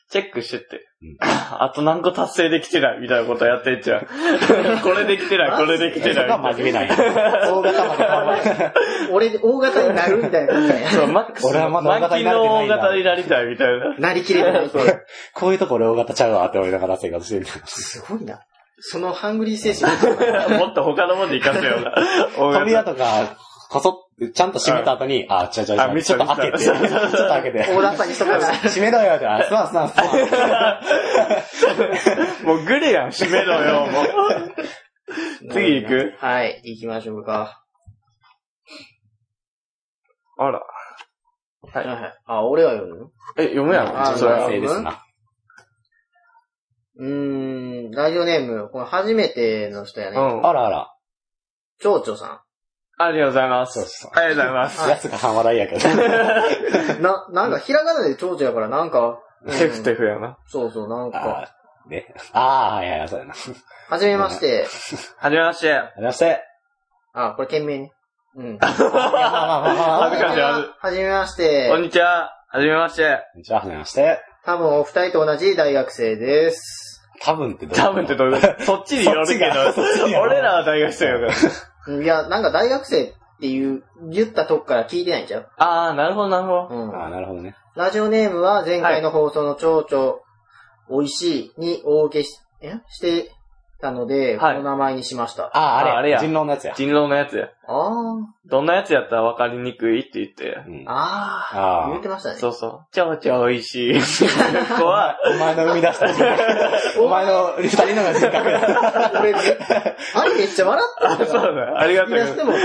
チェックしてって。うん、あと何個達成できてないみたいなことやってんじゃん。これできてない、これできてない。 そこは真面目ない。大型まで頑張る。俺、大型になるみたいな感じだよ。 そう、マックス。俺はまだ大型になれてないんだ。大型になりたいみたいな。 なりきれてない。 こういうとこ俺大型ちゃうわって思いながら生活してる。 すごいな。そのハングリー精神。 もっと他のもんで活かせよな。 扉とか、こそっ、ちゃんと閉めた後に、あ、ちゃちゃちゃ、ちょっと開けて、ちょっと開けて。 大雑把にしとかな。 閉めろよ、じゃあ、すまんすまんすまん。もうグレやん、閉めろよ、もう。次行く？ はい、行きましょうか。 あら。 はい。はい、あ、俺は読む？ え、読むやん。 それは正ですな。 うーん、ラジオネーム、これ初めての人やね。 うん。あらあら。 蝶々さん。 ありがとうございます。そうそう。ありがとうございます。 やつが半笑いやけど。 な、なんかひらがなで蝶々やからなんか。 テフテフやな。 そうそう、なんか。 あね。ああ、はいはい、そうやな。 はじめまして。 はじめまして。 はじめまして。 あ、これ件名ね。うん。 恥ずかしいはず。 はじめまして。 こんにちは。はじめまして。 こんにちは、はじめまして。 多分お二人と同じ大学生です。 多分ってどういう多分ってどういうこと？そっちによるけど、俺らは大学生やから。 いや、なんか大学生っていう、言ったとこから聞いてないんちゃう？ あー、なるほど、なるほど。 うん。あー、なるほどね。 ラジオネームは前回の放送の蝶々、美味しいにお受けし、えしてたので、はい、この名前にしました。 ああ、あれ、あれや。人狼のやつや。 人狼のやつや。 ああ。 どんなやつやったら分かりにくいって言って。 うん、ああ。言ってましたね。 そうそう。ちょうちょ美味しい。ここは、 お前の生み出した人格。お前の二人のが人格だ。 俺、あれめっちゃ笑った。 そうだ。ありがとうございます。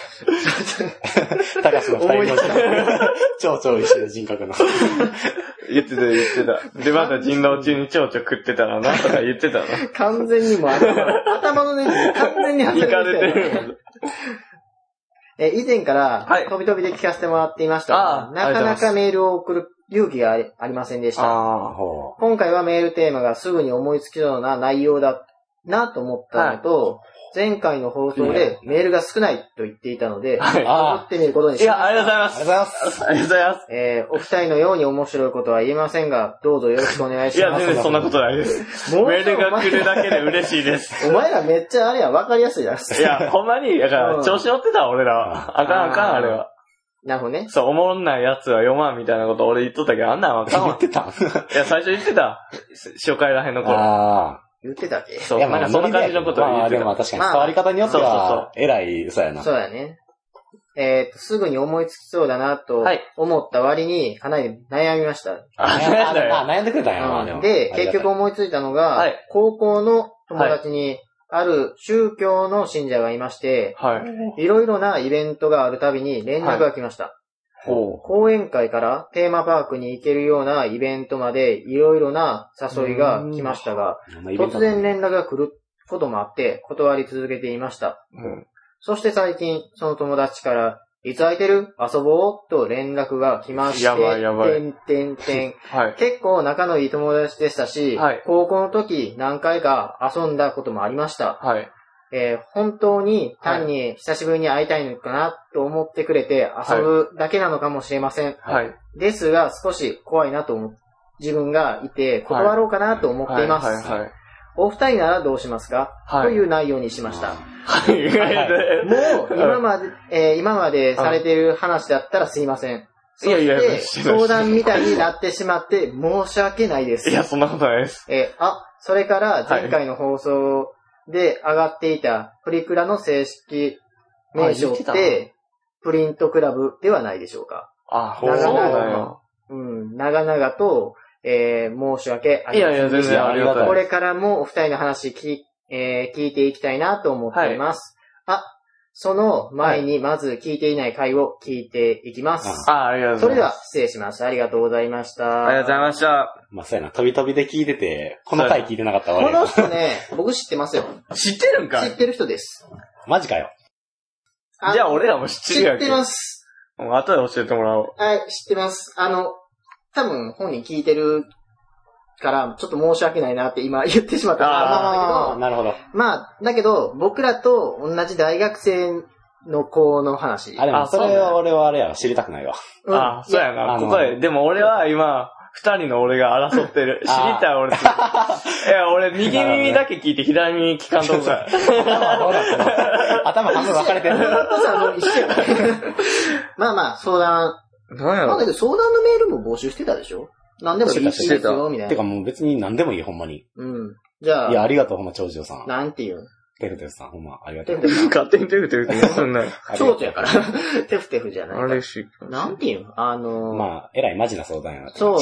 高橋の二人の超超美味しい人格の。 言ってた言ってた。で、また人狼中に蝶々食ってたらなとか言ってたな。 完全にもう頭のネジ完全に外れてる。え、以前から、飛び飛びで聞かせてもらっていましたが、なかなかメールを送る勇気がありませんでした。今回はメールテーマがすぐに思いつきそうな内容だなと思ったのと、はい前回の放送でメールが少ないと言っていたので、はい、思ってみることにしました。 いや、ありがとうございます。 ありがとうございます。 ありがとうございます。 えー、お二人のように面白いことは言えませんが、どうぞよろしくお願いします。 いや、全然そんなことないです。メールが来るだけで嬉しいです。 お前らめっちゃあれや、わかりやすいじゃないですか。 いや、ほんまに、だから調子乗ってた、俺らは。あかんあかん、あれは。 なるほどね。 そう、おもんないやつは読まんみたいなこと俺言っとったけど、あんなんわかんわ。 言ってたいや、最初言ってた。初回らへんの頃。 ああ。 言ってたっけ？ そう。いや、なんかそんな感じのことを言ってた。 まあ、でも確かに伝わり方によっては、偉い、そうやな。 そうやね。えっと、すぐに思いつきそうだなと思った割に、かなり悩みました。 あ、悩んでくれたんやな。 で、結局思いついたのが、高校の友達に、ある宗教の信者がいまして、いろいろなイベントがあるたびに連絡が来ました。講演会からテーマパークに行けるようなイベントまでいろいろな誘いが来ましたが、突然連絡が来ることもあって断り続けていました。うん、そして最近、その友達から、いつ空いてる？遊ぼうと連絡が来まして、 やばいやばい。 てんてんてん。はい、結構仲のいい友達でしたし、はい、高校の時何回か遊んだこともありました。はいえー、本当に単に久しぶりに会いたいのかなと思ってくれて遊ぶだけなのかもしれません。はい、ですが少し怖いなと思う自分がいて断ろうかなと思っています。はいはいはいはい、お二人ならどうしますか、はい、という内容にしました。はい、もう今まで、えー、今までされている話だったらすいません。そして相談みたいになってしまって申し訳ないです。 いや、そんなことないです。 えー、あ、それから前回の放送、で上がっていたプリクラの正式名称って、プリントクラブではないでしょうか。 あ、そうだよ。 うん、長々と、えー、申し訳ありません。 いやいや、全然ありがたい。 これからもお二人の話聞、えー、聞いていきたいなと思っています。はい、あ、その前にまず聞いていない回を聞いていきます。 あ、ありがとうございます。 それでは失礼します。ありがとうございました。 ありがとうございました。 まあ、そうやな。飛び飛びで聞いてて、この回聞いてなかったわ。 この人ね、僕知ってますよ。 知ってるんか知ってる人です。 マジかよ。 じゃあ俺らも知ってるやん。 知ってます。 後で教えてもらおう。 はい、知ってます。あの、多分本人聞いてるから、ちょっと申し訳ないなって今言ってしまったからなんだけど。 なるほど。 まあ、だけど、僕らと同じ大学生の子の話。 あ、でもそれは俺はあれや、知りたくないわ。 うん、あ、そうやな、ここで。でも俺は今、 二人の俺が争ってる。知りたい俺。いや、俺右耳だけ聞いて左耳聞かんとこから。 頭半分分かれてる。 まあまあ、相談。 なんやろ。 まあだけど相談のメールも募集してたでしょ？何でもいいですよ、みたいな。 てかもう別に何でもいい、ほんまに。 うん。じゃあ。 いや、ありがとう、ほんま、長女さん。 なんていう。 テフテフさん、ほんま、ありがとう。 テフテフ勝手にテフテフってすんなよ。 長女やから。テフテフじゃない。 あれし。 なんていうあのー。 まあ、えらいマジな相談やな。 そう。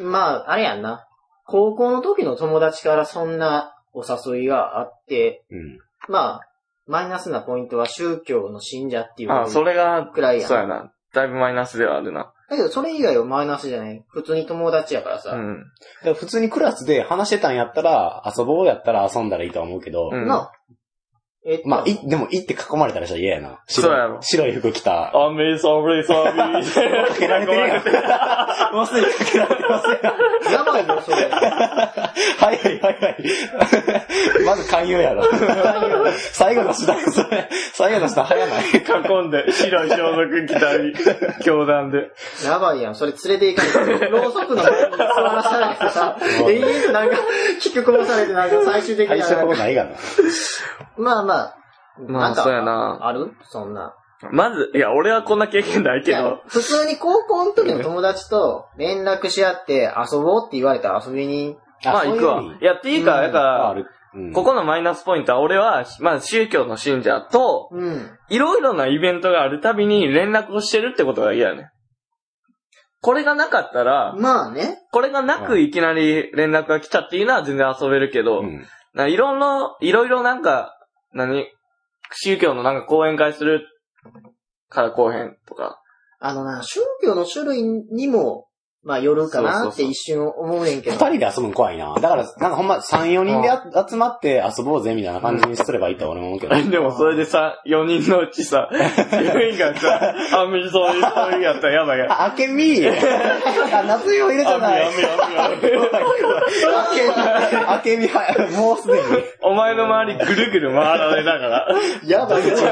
まあ、あれやんな。高校の時の友達からそんなお誘いがあって、うん、まあ、マイナスなポイントは宗教の信者っていう。 ああ、それが、 くらいやな。 そうやな。だいぶマイナスではあるな。 だけど、それ以外はマイナスじゃない。普通に友達やからさ。うん。 だから普通にクラスで話してたんやったら、遊ぼうやったら遊んだらいいと思うけど。うん。なえっと、まあ、い、でも、いって囲まれたらしたら嫌やな。 そうやろ。 白い服着た。 アメサメサメかけられてるやん。もうすでにかけられてますやん。やばいよ、それ。 はいはいはいはい。まず勧誘やろ。最後の手段、それ。最後の手段早ない。 囲んで、白い装束着たり、教団で。 やばいやん、それ連れて行かれて。ろうそくの前に座らされてさ、永遠となんか、聞くこぼされてなんか最終的には。 最初のことないがな。 まあまあ。 まあ、そうやな。 あるそんな。 まず、いや、俺はこんな経験ないけど。 普通に高校の時の友達と連絡し合って遊ぼうって言われたら遊びに。 まあ、行くわ。いや、っていうか、だから、ここのマイナスポイントは、俺は、まず宗教の信者と、いろいろなイベントがあるたびに連絡をしてるってことが嫌やね。これがなかったら、 まあね。 これがなくいきなり連絡が来たっていうのは全然遊べるけど、いろんな、いろいろなんか、何宗教のなんか講演会するから後編とか。 あのな、宗教の種類にも、まあよるかなって一瞬思うねんけど。 二人で遊ぶの怖いな。だから、なんかほんま三、四人で集まって遊ぼうぜみたいな感じにすればいいと俺も思うけど。 でもそれでさ、四人のうちさ、全員がさ、あみそういう、そういうやったらやばいやん。 あけみあ、夏湯を入れたない。 あみあみあみあみ。 あけみ、あけみ、もうすでに。 お前の周りぐるぐる回られながら。 やばいよ。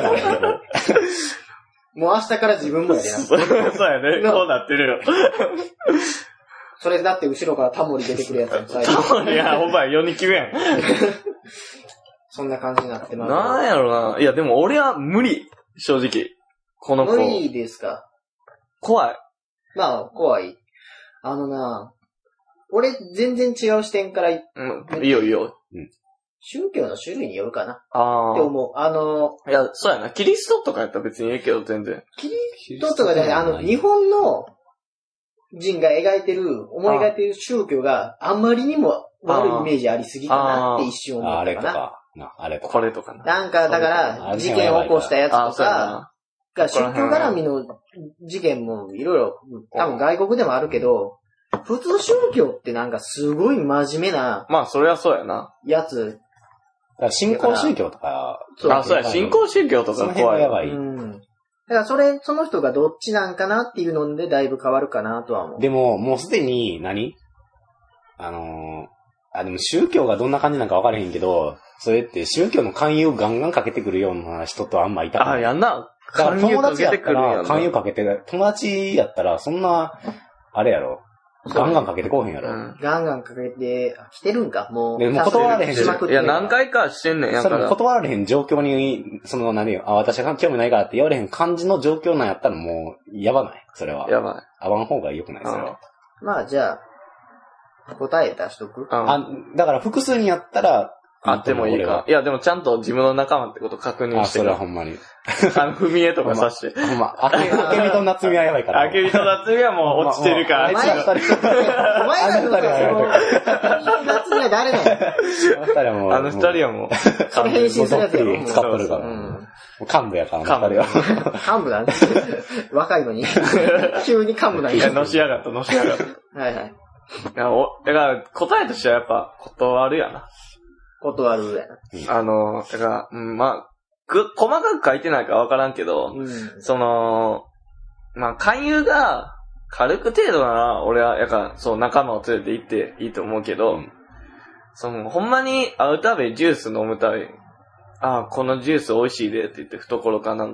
もう明日から自分もやでな。 そうやね。こうなってるよ。 それだって後ろからタモリ出てくるやつやん、 最初。タモリや、ほんまよに級やん。 そんな感じになってます。 なんやろな。いや、でも俺は無理。正直。この子。 無理ですか。 怖い。 まあ、怖い。あのな、俺全然違う視点から言って。うん、いいよいいよ。うん。 宗教の種類によるかな。 ああ。 って思う。あのー、いや、そうやな。キリストとかやったら別にいいけど、全然。 キリストとかじゃない、あの、日本の人が描いてる、思い描いてる宗教があんまりにも悪いイメージありすぎかなって一瞬思ったかな。あれとか。 な、あれとか。 これとかな。 なんか、だから、事件を起こしたやつとか、が宗教絡みの事件もいろいろ、多分外国でもあるけど、普通宗教ってなんかすごい真面目な。 まあ、それはそうやな。 やつ。 新興宗教とか。 あ、そうや、新興宗教とか怖い。 やばい。 うん。だからそれ、その人がどっちなんかなっていうのでだいぶ変わるかなとは思う。 でも、もうすでに何、あのー、あ、でも宗教がどんな感じなんか分からへんけど、それって宗教の勧誘をガンガンかけてくるような人とあんまいたくない。 あ、やんな。 だから友達やったら、勧誘かけて、友達やったら、そんな、あれやろ。ガンガンかけてこうへんやろ。うん、 ガンガンかけて、来てるんかもう。 でも断られへんし。いや、何回かしてんねんやから。 それ断られへん状況に、その何よ、あ、私は興味ないからって言われへん感じの状況なんやったらもう、やばない。それは。 やばい。 合わん方が良くない、それは。 まあ、じゃあ、答え出しとく、 うん、 あ、だから複数にやったら、 あってもいいか。いや、でもちゃんと自分の仲間ってこと確認してあ、それはほんまに。 あの、踏み絵とかさして。 ほんま、あけ、あけみと夏美はやばいから。 あけみと夏美はもう落ちてるから。 お前ら、お前らの夏美は誰だよ。 あの二人はもう。 あの二人はもう。 それ編集するやつやろ。 使っとるから。幹部やから、 幹部は。幹部だね。若いのに。急に幹部だね。 いや、のし上がった、のし上がった。 はいはい。 いや、お、だから答えとしてはやっぱ断るやな。 断るやな。あの、だから、うん、まあ、く、細かく書いてないかわからんけど、うん、その、まあ、勧誘が軽く程度なら、俺は、やから、そう、仲間を連れて行っていいと思うけど、うん、その、ほんまに会うたびジュース飲むたび、ああ、このジュース美味しいでって言って、懐かなんか、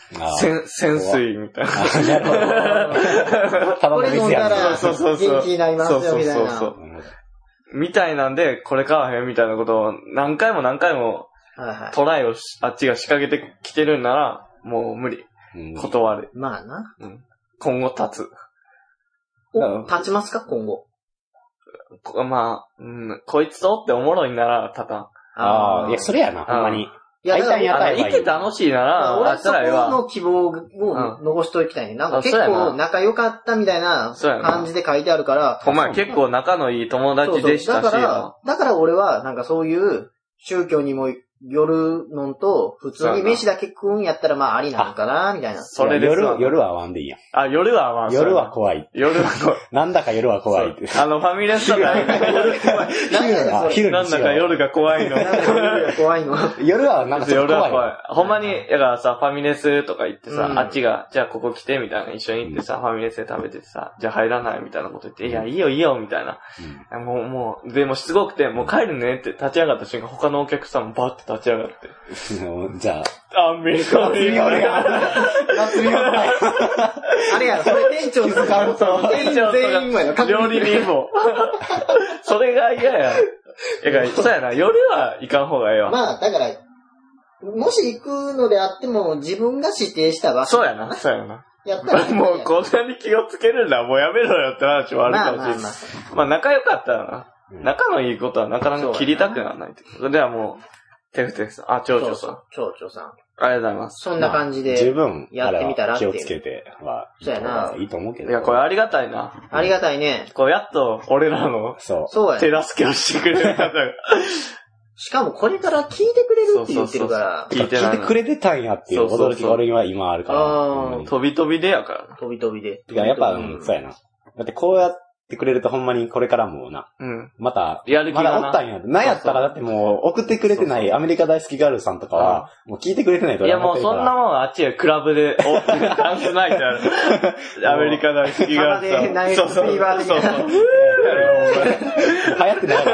潜潜水みたいな。 なるほど。これ飲んだら元気になりますよ、みたいな。そうそうそう。 みたいなんで、これ買わへんみたいなことを何回も何回もトライをあっちが仕掛けてきてるんなら、もう無理。断る。 まあな。 今後立つ。 お、立ちますか今後。 まあ、うん、こいつとっておもろいなら立たん。 ああ、いや、それやな、ほんまに。 いや、だから、 いて楽しいなら、 俺はそこの希望を残しときたいね。なんか結構仲良かったみたいな感じで書いてあるから。 お前結構仲のいい友達でしたし。 だから、だから俺はなんかそういう宗教にも夜のんと、普通に飯だけ食うんやったらまあありなのかな、みたいな。 それで夜、夜は会わんでいいやん。 あ、夜は会わん。 夜は怖い。 夜は怖い。 なんだか夜は怖いって。 あの、ファミレスとか、夜怖い。 昼なんだか夜が怖いの。 なんだか夜が怖いの。 夜はなんかちょっと怖い。夜は怖い。 ほんまに、だからさ、ファミレスとか行ってさ、あっちが、じゃあここ来て、みたいな、一緒に行ってさ、ファミレスで食べてさ、じゃあ入らないみたいなこと言って、いや、いいよいいよ、みたいな。もう、もう、でもしつこくて、もう帰るねって立ち上がった瞬間、他のお客さんもバッて立ち上がって。 じゃあ、あんめりかみよりが。夏みよりが。 あれや、それ店長とか、 店長全員も料理人も。それが嫌や。えか、そうやな、夜は行かん方がええわ。 まあ、だから、もし行くのであっても、自分が指定した場所。 そうやな、そうやな。 やったら。 もう、こんなに気をつけるんだ、もうやめろよって話はあるかもしれない。まあまあまあ。まあ、仲良かったらな。仲のいいことはなかなか切りたくならない。それではもう、テフテフさん。あ、蝶々さん。 蝶々さん。 ありがとうございます。 そんな感じで。 十分。 やってみたらっていう。 気をつけては。 そうやな。 いいと思うけど。 いや、これありがたいな。 ありがたいね。 これやっと、俺らの、 そう。 そうや。 手助けをしてくれる方が。 しかもこれから聞いてくれるって言ってるから。 聞いてくれてたんやっていう驚きが俺には今あるから。 飛び飛びでやから。 飛び飛びで。 いや、やっぱ、そうやな。だってこうやって、ってくれるとほんまにこれからもな。 うん。 また、 やる気がな。 まだおったんや。なんやったらだってもう送ってくれてないアメリカ大好きガールさんとかは、もう聞いてくれてないといやもうそんなもんはあっちがクラブで、お、ダンスナイトある。アメリカ大好きガールさん。 で、ナイトフィーバー的な。そうそう。流行ってないから。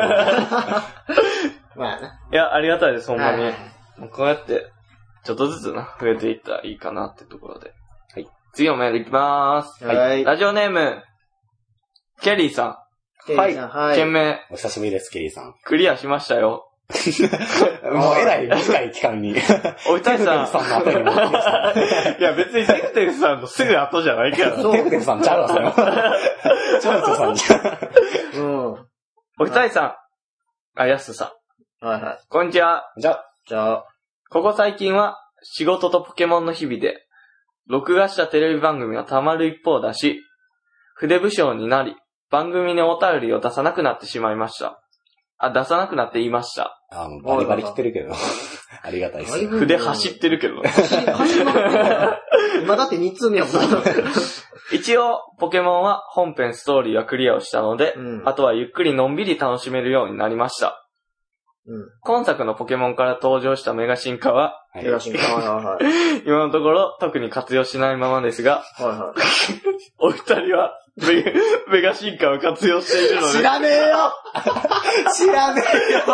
まあな。 いや、ありがたいです、ほんまに。こうやって、ちょっとずつな、増えていったらいいかなってところで。 はい。 次のメールいきまーす。 はい。 ラジオネーム、ケリーさん。はい。はい。 件名。 お久しぶりです、ケリーさん。 クリアしましたよ。 もうえらい短い期間に。 お二人さん。さんの後にもいや別にテクテクさんのすぐ後じゃないから。 テクテクさんちゃうわ、それは。ちゃうとさんじゃん。 うん。 お二人さん。あ、やすさん。はいはい。 こんにちは。 じゃあ。 じゃあ。 ここ最近は仕事とポケモンの日々で、録画したテレビ番組が溜まる一方だし、筆不詳になり、番組にお便りを出さなくなってしまいました。あ、出さなくなって言いました。 あ、もうバリバリ来てるけど。ありがたいです。 筆走ってるけど。 今だってに通目やもん。 一応、ポケモンは本編ストーリーはクリアをしたので、うん、あとはゆっくりのんびり楽しめるようになりました。うん、今作のポケモンから登場したメガ進化は、 はい、メガ進化は、 今のところ特に活用しないままですが、 はいはい、 お二人はメガ、メガ進化を活用しているので。 知らねえよ知らねえよ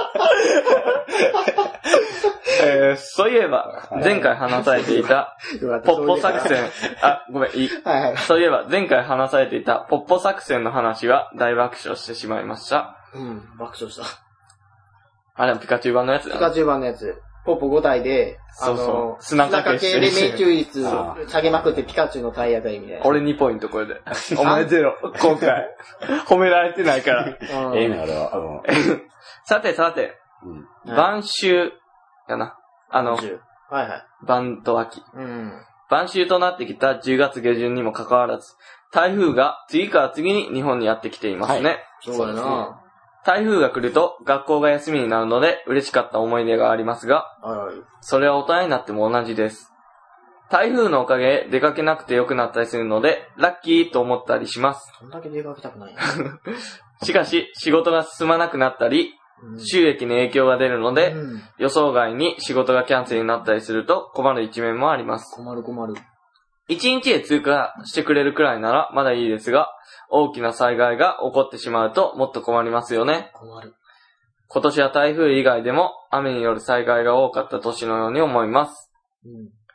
えー、そういえば、前回話されていた、ポッポ作戦、あ、ごめん、いい。 はいはい、 そういえば、前回話されていたポッポ作戦の話は大爆笑してしまいました。 うん、爆笑した。 あれ、ピカチュウ版のやつだピカチュウ版のやつ。ポッポご体で、あの、そうそう砂かけで命中率下げまくってピカチュウの体当たりみたいな。 俺にポイントこれで。お前ゼロ、今回。褒められてないから。 ええね、俺は。 さてさて、うん、晩秋、やな。あの、 はいはい。 晩と秋。 うん。 晩秋となってきたじゅうがつ下旬にもかかわらず、台風が次から次に日本にやってきていますね。はい、 そうだな。 台風が来ると学校が休みになるので嬉しかった思い出がありますが、 はい、 それは大人になっても同じです。台風のおかげで出かけなくてよくなったりするので、ラッキーと思ったりします。 そんだけ出かけたくないしかし、仕事が進まなくなったり、うん、収益に影響が出るので、うん、予想外に仕事がキャンセルになったりすると困る一面もあります。 困る困る。 一日で通過してくれるくらいならまだいいですが、大きな災害が起こってしまうともっと困りますよね。 困る。 今年は台風以外でも雨による災害が多かった年のように思います。うん、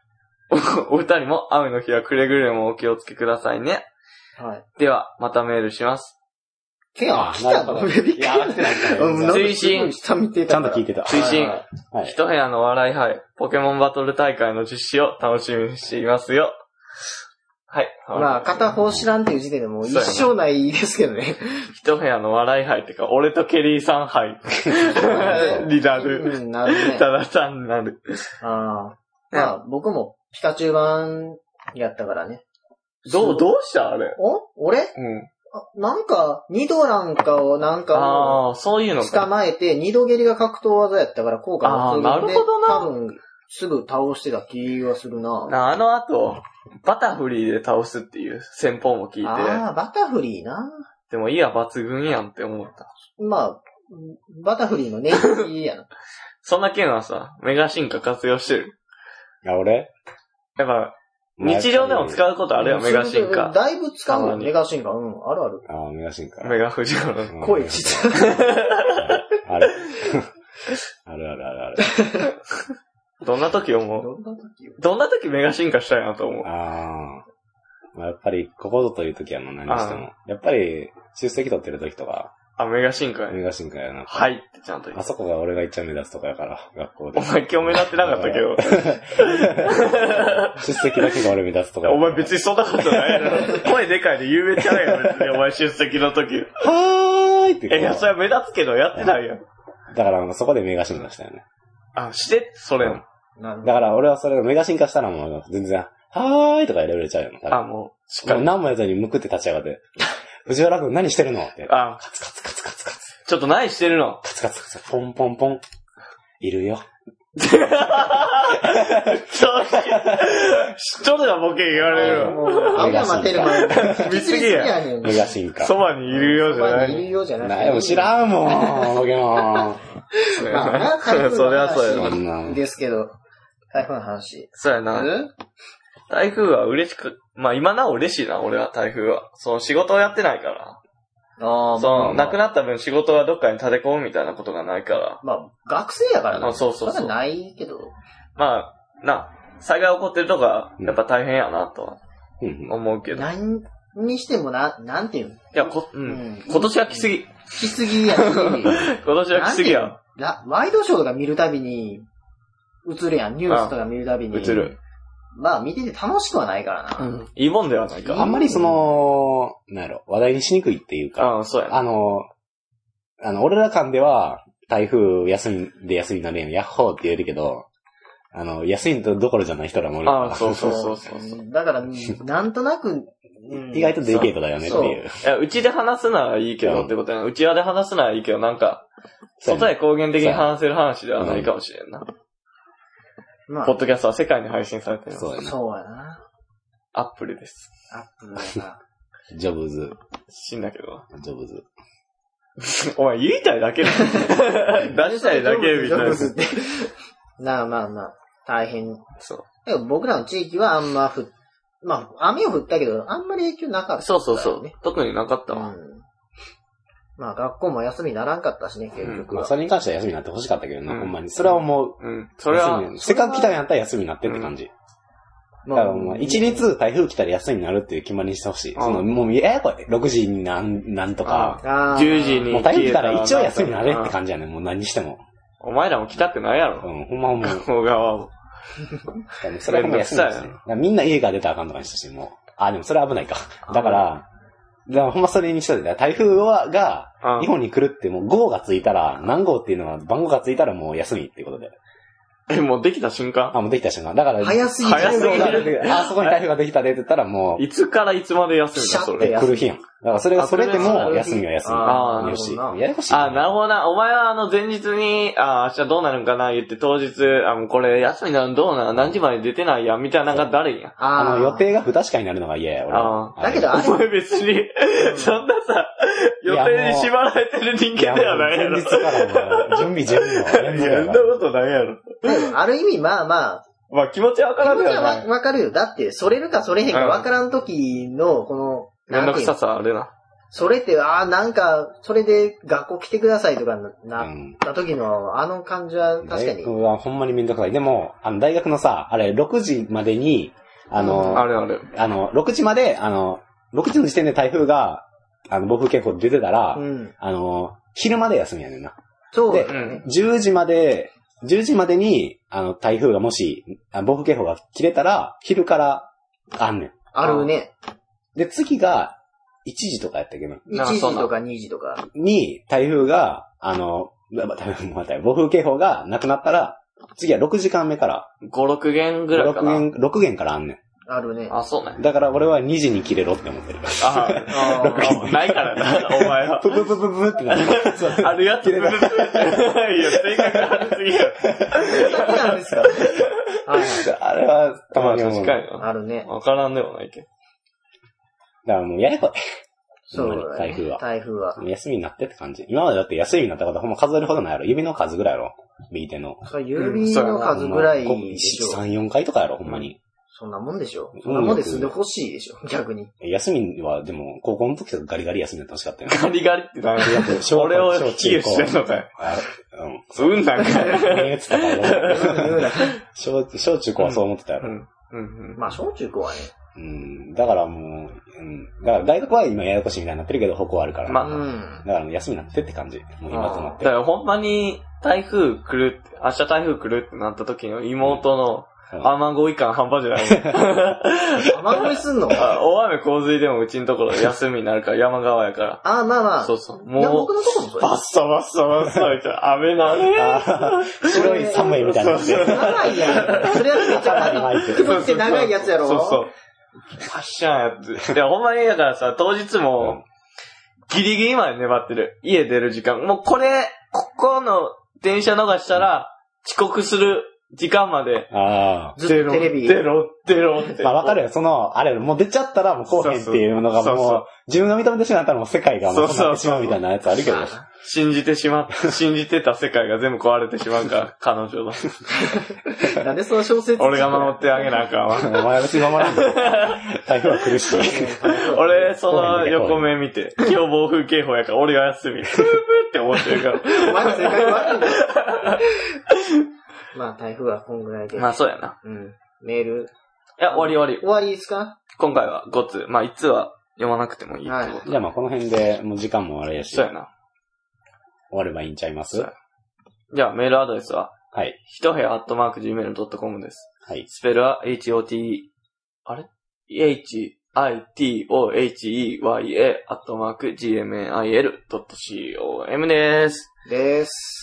お二人も雨の日はくれぐれもお気をつけくださいね。 はい。 では、またメールします。 ケア来たの？いや、来てないから。 推進。 ちゃんと聞いてた。 推進。一部屋の笑い杯、ポケモンバトル大会の実施を楽しみにしていますよ。はい。 まあ、片方知らんっていう時点でもう一生ないですけどね。 一部屋の笑い杯ってか、俺とケリーさん杯になる。 うん、なるね。 ただ単になる。 ああ。まあ、僕もピカチュウ版やったからね。 どう、どうしたあれ。 お俺うん。なんか、二度なんかをなんかああ、そういうの捕まえて、二度蹴りが格闘技やったから効果がするんで、ああ、なるほどな。 多分、すぐ倒してた気がするな。 なあの後、バタフリーで倒すっていう戦法も聞いて。 ああ、バタフリーな。 でもいや、抜群やんって思った。 まあ、バタフリーの年季やな。 そんな件はさ、メガ進化活用してる。 いや、俺やっぱ、日常でも使うことあるよ、メガ進化。 だいぶ使うよ、メガ進化。うん、あるある。 ああ、メガ進化。 メガ富士の声ちっちゃい。 ある。あるあるあるある。 どんな時思う？ どんな時どんな時メガ進化したいなと思う？ ああ。まあ、やっぱり、ここぞという時はもう何しても。やっぱり、出席取ってる時とか。 あ、メガ進化や。 メガ進化やな。 はいってちゃんと言う。 あそこが俺が一番目立つとかやから、学校で。 お前今日目立ってなかったけど。 出席だけが俺目立つとか。 お前別にそんなことないやろ。声でかいで有名ちゃうやろ、別にお前出席の時。 はーいって。 いや、それは目立つけどやってないやん。 だからそこでメガ進化したよね。 あ、して、それ。 だから俺はそれをメガ進化したらもう全然、はーいとか入れられちゃうよ。 あ、もう、 しっかり。何もやずにむくって立ち上がって、藤原くん何してるのって。 あ、 カツカツカツカツカツ。 ちょっと何してるの？ カツカツカツ。ポンポンポン。いるよ。 ちょっとがボケ言われるわ。あんま待てる前に。 見すぎや。 メガ進化。 そばにいるよじゃない。 そばにいるよじゃない。 でも知らんもん、ボケモン。 まあな、台風それはそうやな。ですけど、台風の話。 そうやな。台風は嬉しく、まあ今なお嬉しいな、俺は台風は。その仕事をやってないから。ああ、その、亡くなった分仕事がどっかに立て込むみたいなことがないから。 まあ、学生やからな。 あ、そうそうそう。 それはないけど。 まあ、な、災害起こってるとか、やっぱ大変やな、とは、思うけど。 何にしてもな、なんていうの？いや、こ、うん。今年は来すぎ。 来すぎやし。 今年は来すぎや。 ワイドショーとか見るたびに、映るやん。ニュースとか見るたびに。 映る。 まあ見てて楽しくはないからな。 うん。いいもんではないか。 あんまりその、なんやろ、話題にしにくいっていうか。 ああ、そうや、ね。 あの、あの、俺ら間では、台風休みで休みになるやん、ヤッホーって言えるけど、あの、休みどころじゃない人らもおるから。 ああ、そうそうそうそう。 だから、なんとなく、 意外とデリケートだよねっていう。 いや、うちで話すならいいけどってことやな。うちわで話すならいいけど、なんか、外へ公言的に話せる話ではないかもしれんな。まあ、ポッドキャストは世界に配信されてる。 そうやな。そうやな。 アップルです。 アップルやな。 ジョブズ。 死んだけど。 ジョブズ。 お前言いたいだけだ。出したいだけみたいな。 なあまあまあ、大変。 そう。 でも僕らの地域はあんま降っ、まあ、雨を降ったけど、あんまり影響なかった、ね。 そうそうそう。特になかったわ。うん、 まあ学校も休みにならんかったしね、結局は。 うんまあ、それに関しては休みになってほしかったけどな、うん、ほんまに。それは思う。 うん。それは、 せっかく来たんやったら休みになってって感じ。うん、だからもう、一日台風来たら休みになるっていう決まりにしてほしい。うん、その、もう、ややこい。ろくじになん、なんとか。 じゅうじに。 もう台風来たら一応休みになれって感じやね、もう何にしても。 お前らも来たくないやろ。 うん、ほんまほんま。 小川も。 それはもう休みにして。みんな家から出たらあかんとかにしたし、もう。あ、でもそれは危ないか。だから、だからほんまそれにしといて、台風はが、日本に来るってもう号がついたら、何号っていうのは番号がついたらもう休みっていうことで。 え、もうできた瞬間あ、もうできた瞬間。だから、 早すぎる。 早すぎる。 あそこに台風ができたでって言ったらもう。いつからいつまで休みだ、それ。 来る日やん。だからそれがそれでも休みは休み。ああ、よし。ややこしい。 あ、なるほどな。お前はあの前日に、あ、明日どうなるんかな言って当日、あ、もうこれ休みなのどうなの何時まで出てないやみたいなのが誰んや。 あの、予定が不確かになるのが嫌や、俺は。 だけどあれ。 お前別に、そんなさ、予定に縛られてる人間ではないやろ。 前日から準備準備の。 いや、そんなことないやろ。 ある意味、まあまあ。 まあ気持ちはわからんよ。 気持ちはわかるよ。だって、それるかそれへんかわからん時の、この、 めんどくささあるな。 それって、ああ、なんか、それで学校来てくださいとかなった時の、あの感じは確かに。 大学はほんまにめんどくさい。でも、あの、大学のさ、あれ、ろくじまでに、あの、 うん、あるある。 あの、ろくじまで、あの、ろくじの時点で台風が、あの、暴風警報出てたら、うん、あの、昼まで休みやねんな。 そう。 で、うん、じゅうじまで、じゅうじまでに、あの、台風がもし、暴風警報が切れたら、昼からあんねん。 あるね。 で、次が、いちじとかやったっけな。 いちじとかにじとか。 に、台風が、あの、暴風警報がなくなったら、次はろくじかんめから。 ご、ろくげんぐらいかな。 ろくげん、ろくげんからあんねん。 あるね。 あ、そうね。 だから俺はにじに切れろって思ってる。 ああ、ないからな、お前は。 プププププってなる。 あるやつ。ププププって。いや、正確なすぎる。 そうなんですか。 あれは、たまに思う。 確かに。 あるね。 わからんでもないけど。 だからもうややこい。 そうだね。 台風は。 台風は。 休みになってって感じ。今までだって休みになったことほんま数えるほどないやろ。指の数ぐらいやろ。右手の。 そう、指の数ぐらいでしょ。 さん、よんかいとかやろ、ほんまに。 そんなもんでしょ。そんなもんで済んでほしいでしょ、逆に。 休みは、でも、高校の時とかガリガリ休みだってほしかったよ。 ガリガリって何俺を比喩してんのかよ。うん。うんなんかよ。 言ってたから。小中高はそう思ってたやろ。 まあ、小中高はね。 うん、だからもう、うん、だから大学は今ややこしいみたいになってるけど、歩行あるから。まあ、うん、だから休みになってって感じ。もう今となって。 だからほんまに台風来る、明日台風来るってなった時の妹の雨乞い感半端じゃない。 雨乞いすんの？ 大雨洪水でもうちのところ休みになるから山側やから。 ああ、まあまあ。 そうそう。もう、 僕のところもそれ。 バッサバッサバッサみたいな。雨なね。 白い寒いみたいな。 長いやん。それやつめっちゃ長い。くって長いやつやろ。 そうそう。パッシャンやつ。いや、ほんまにだからさ、当日も、ギリギリまで粘ってる。家出る時間。もうこれ、ここの電車逃したら、遅刻する時間まで。 ああ。 ずっとテレビ。 出ろ、出ろって。 まあわかるよ。その、あれ、もう出ちゃったらもうこうへんっていうのがもう、自分が認めてしまったらもう世界がもう止まってしまうみたいなやつあるけど。 信じてしま、信じてた世界が全部壊れてしまうから、彼女の。 なんでその小説俺が守ってあげなあかんわ。 お前は別に守らんで。台風は苦しい。 俺、その横目見て、今日暴風警報やから俺が休み。ふーふーって思ってるから。 お前の世界悪いんだよ。まあ台風はこんぐらいで。 まあそうやな。 うん。メール。 いや、終わり終わり。 終わりですか？ 今回はごつ。まあいつは読まなくてもいいってこと。 じゃあまあこの辺でもう時間もあれやし。 そうやな。 終わればいいんちゃいます？ じゃあメールアドレスは、 はい。 ひとへアットマーク ジーメールドットコム です。 はい。 スペルは エイチオーティー、あれ ?エイチアイティーオーエイチイーワイエー アットマーク ジーエムエーアイエルドットコム です。 です。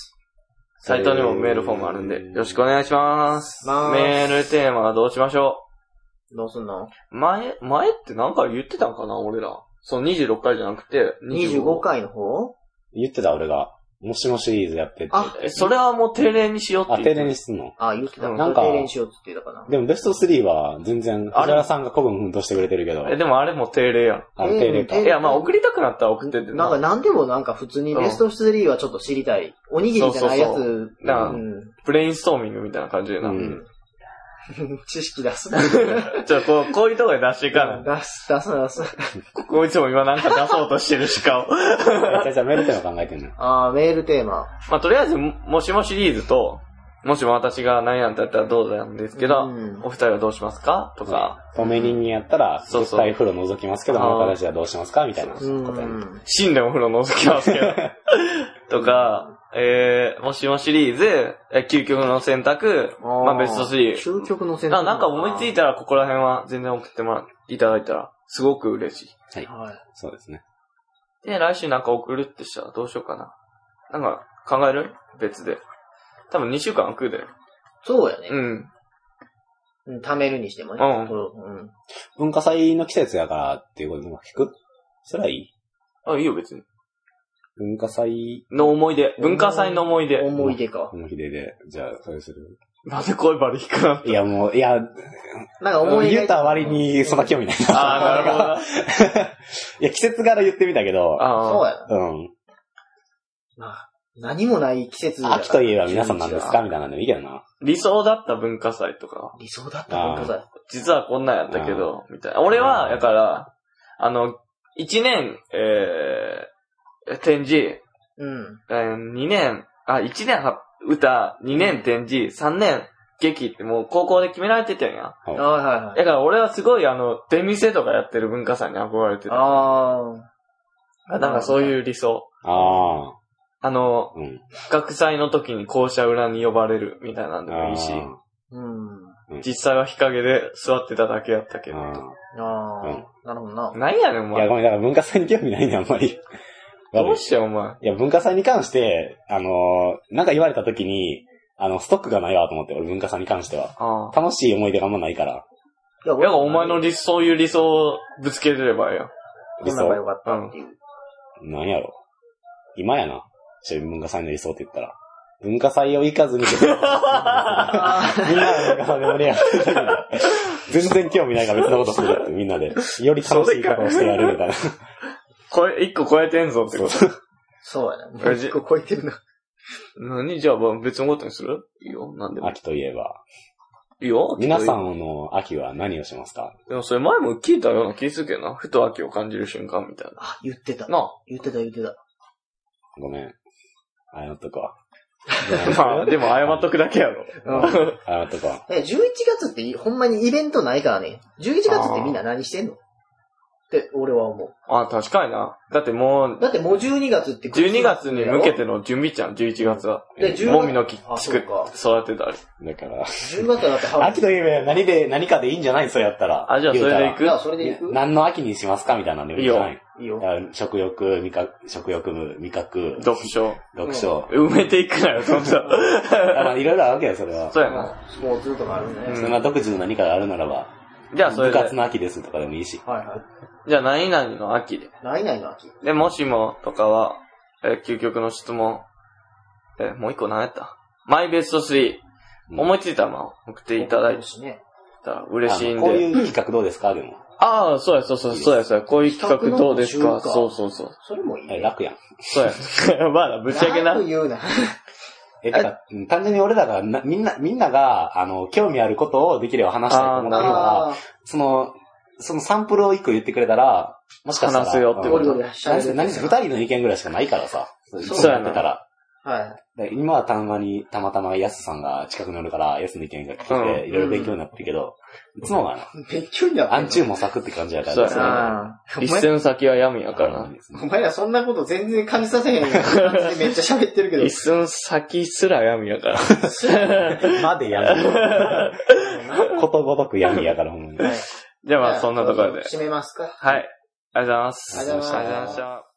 サイトにもメールフォームあるんで、よろしくお願いします。 まあ、 メールテーマはどうしましょう？どうすんの？ 前、前ってなんか言ってたんかな俺ら。そう、にじゅうろっかいじゃなくて、 にじゅうごかいの方？ 言ってた俺が。もしもシリーズやってて。 あ、それはもう定例にしようって言って。あ、定例にすんの？ あ、言ってた。 なんか、 定例にしようって言ってたかな。 でもベストスリーは全然、藤原さんが古文奮闘してくれてるけど。 え、でもあれも定例やん。 あ、定例か。 いや、まあ送りたくなったら送ってってな。なんかなんでもなんか普通にベストスリーはちょっと知りたい。おにぎりじゃないやつ。 そうそうそうな、うん、プレインストーミングみたいな感じでな。うん知識出す。 ちょ、こう、こういうとこで出していかない。 出す、出す、出す。 こいつも今なんか出そうとしてるしかを。 じゃあメールテーマ考えてんの？ ああ、メールテーマ。 まあ、とりあえず、もしもシリーズと、もしも私が何やんだったらどうなんですけど、うん、お二人はどうしますかとか。 止め人にやったら、絶対風呂覗きますけど、あなたたちはどうしますかみたいな答え。 死んでも風呂覗きますけど。とか、えー、もしもシリーズ、え究極の選択、あまあベストスリー。 究極の選択。 なんか思いついたらここら辺は全然送ってもらいただいたら、すごく嬉しい。 はい。はい。そうですね。 で、来週なんか送るってしたらどうしようかな。なんか考える？別で。多分にしゅうかん送るで。 そうやね。 うん。 うん。貯めるにしてもね。 うん。 うん、 文化祭の季節やからっていうことでも聞く？それはいい？ あ、いいよ別に。 文化祭の思い出。文化祭の思い出。 思い出か。 思い出で。じゃあ、それする。 なんで声バリ低くなった？ いや、もう、いや、 なんか思い出。 言った割にそんな興味ないな。 ああ、なるほど。 いや、季節柄言ってみたけど。 ああ。そうやな。うん。 まあ、何もない季節。 秋といえば皆さんなんですかみたいなのでもいいけどな。 理想だった文化祭とか。 理想だった文化祭。 実はこんなんやったけど、みたいな。俺は、だから、あの、 いちねん、えー、展示、 うん。 えー、にねん、あ、いちねんは歌、にねん展示、さんねん劇ってもう高校で決められてたんや。 はいはいはい。 だから俺はすごいあの、出店とかやってる文化祭に憧れてた。 ああ。なんかそういう理想。 ああ。 あの、 うん、 学祭の時に校舎裏に呼ばれるみたいなんでもいいし、 うん、 実際は日陰で座ってただけやったけど。ああ、うん、なるほどな。 何やねんお前。 いやごめん、だから文化祭に興味ないね、あんまり。 どうしてお前。 いや、文化祭に関して、あのー、なんか言われた時に、あの、ストックがないわと思って、俺文化祭に関しては。あ楽しい思い出があんまないから。 いや、いやお前の理想、そういう理想をぶつけれればいいよ。 理想が良かったっていう。 うん、何やろ。今やな。文化祭の理想って言ったら。文化祭を行かずにみんなが盛り上がってる。全然興味ないから別のことするってみんなで。より楽しいことをしてやるみたいな。 これ、一個超えてんぞってこと。 そうやな。一個超えてるな。 何じゃあ別のことにするいいよ、なんでも。 秋といえば。 いいよ。 皆さんの秋は何をしますか？ でもそれ前も聞いたような気するけどな。ふと秋を感じる瞬間みたいな。 あ、言ってた。 なあ。 言ってた言ってた。 ごめん。謝っとくわ。 まあ、でも謝っとくだけやろ。 謝っとくわ。 え、じゅういちがつってほんまにイベントないからね。じゅういちがつってみんな何してんのって俺は思う。 あ、確かにな。だってもう、 だってもうじゅうにがつってじゅうにがつに向けての準備じゃん、じゅういちがつは。で、もみの木作って、育てたり。 だから、 じゅうがつはだって秋といえば何で、何かでいいんじゃないそうやったら。 あ、じゃあそれでいくいや、それでいく何の秋にしますかみたいなんでもいいんじゃないいいよ。 食欲、味覚、食欲、味覚。 読書。 読書。 埋めていくなよ、そんな。 いろいろあるわけよ、それは。 そうやな。 スポーツとかあるね。 そんな独自の何かがあるならば。 じゃあそれで。 部活の秋ですとかでもいいし。 はいはい。 じゃあ何々の秋で。 何々の秋。 で、もしもとかは、えー、究極の質問。えー、もう一個何やったマイベストスリー。うん、思いついたまま送っていただいたら嬉しいんで。 こういう企画どうですかでも。 ああ、そうや、そうそう、そうや、そうや。こういう企画どうですかそうそうそう。 それもいい、ね。 楽やん。 そうや。まだぶっちゃけな。 楽言うな。 え、だから、単純に俺らがな、みんな、みんなが、あの、興味あることをできれば話したいと思ってるから、その、そのサンプルを一個言ってくれたら、もしかしたら。 話すよってこと。 何せ二人の意見ぐらいしかないからさ。 そうやってたら。 はい。 今はたまに、たまたまヤスさんが近くにおるから、ヤスの意見が聞いて、いろいろ勉強になってるけど、いつもはな。 勉強になってる。 暗中模索って感じやから。 そうやな。一寸先は闇やからな。 お前らそんなこと全然感じさせへんよ。めっちゃ喋ってるけど。 一寸先すら闇やから。 まで闇。ことごとく闇やから、ほんまに。 じゃあまあそんなところで。 締めますか。 はい。ありがとうございます。 ありがとうございました。 ありがとうございました。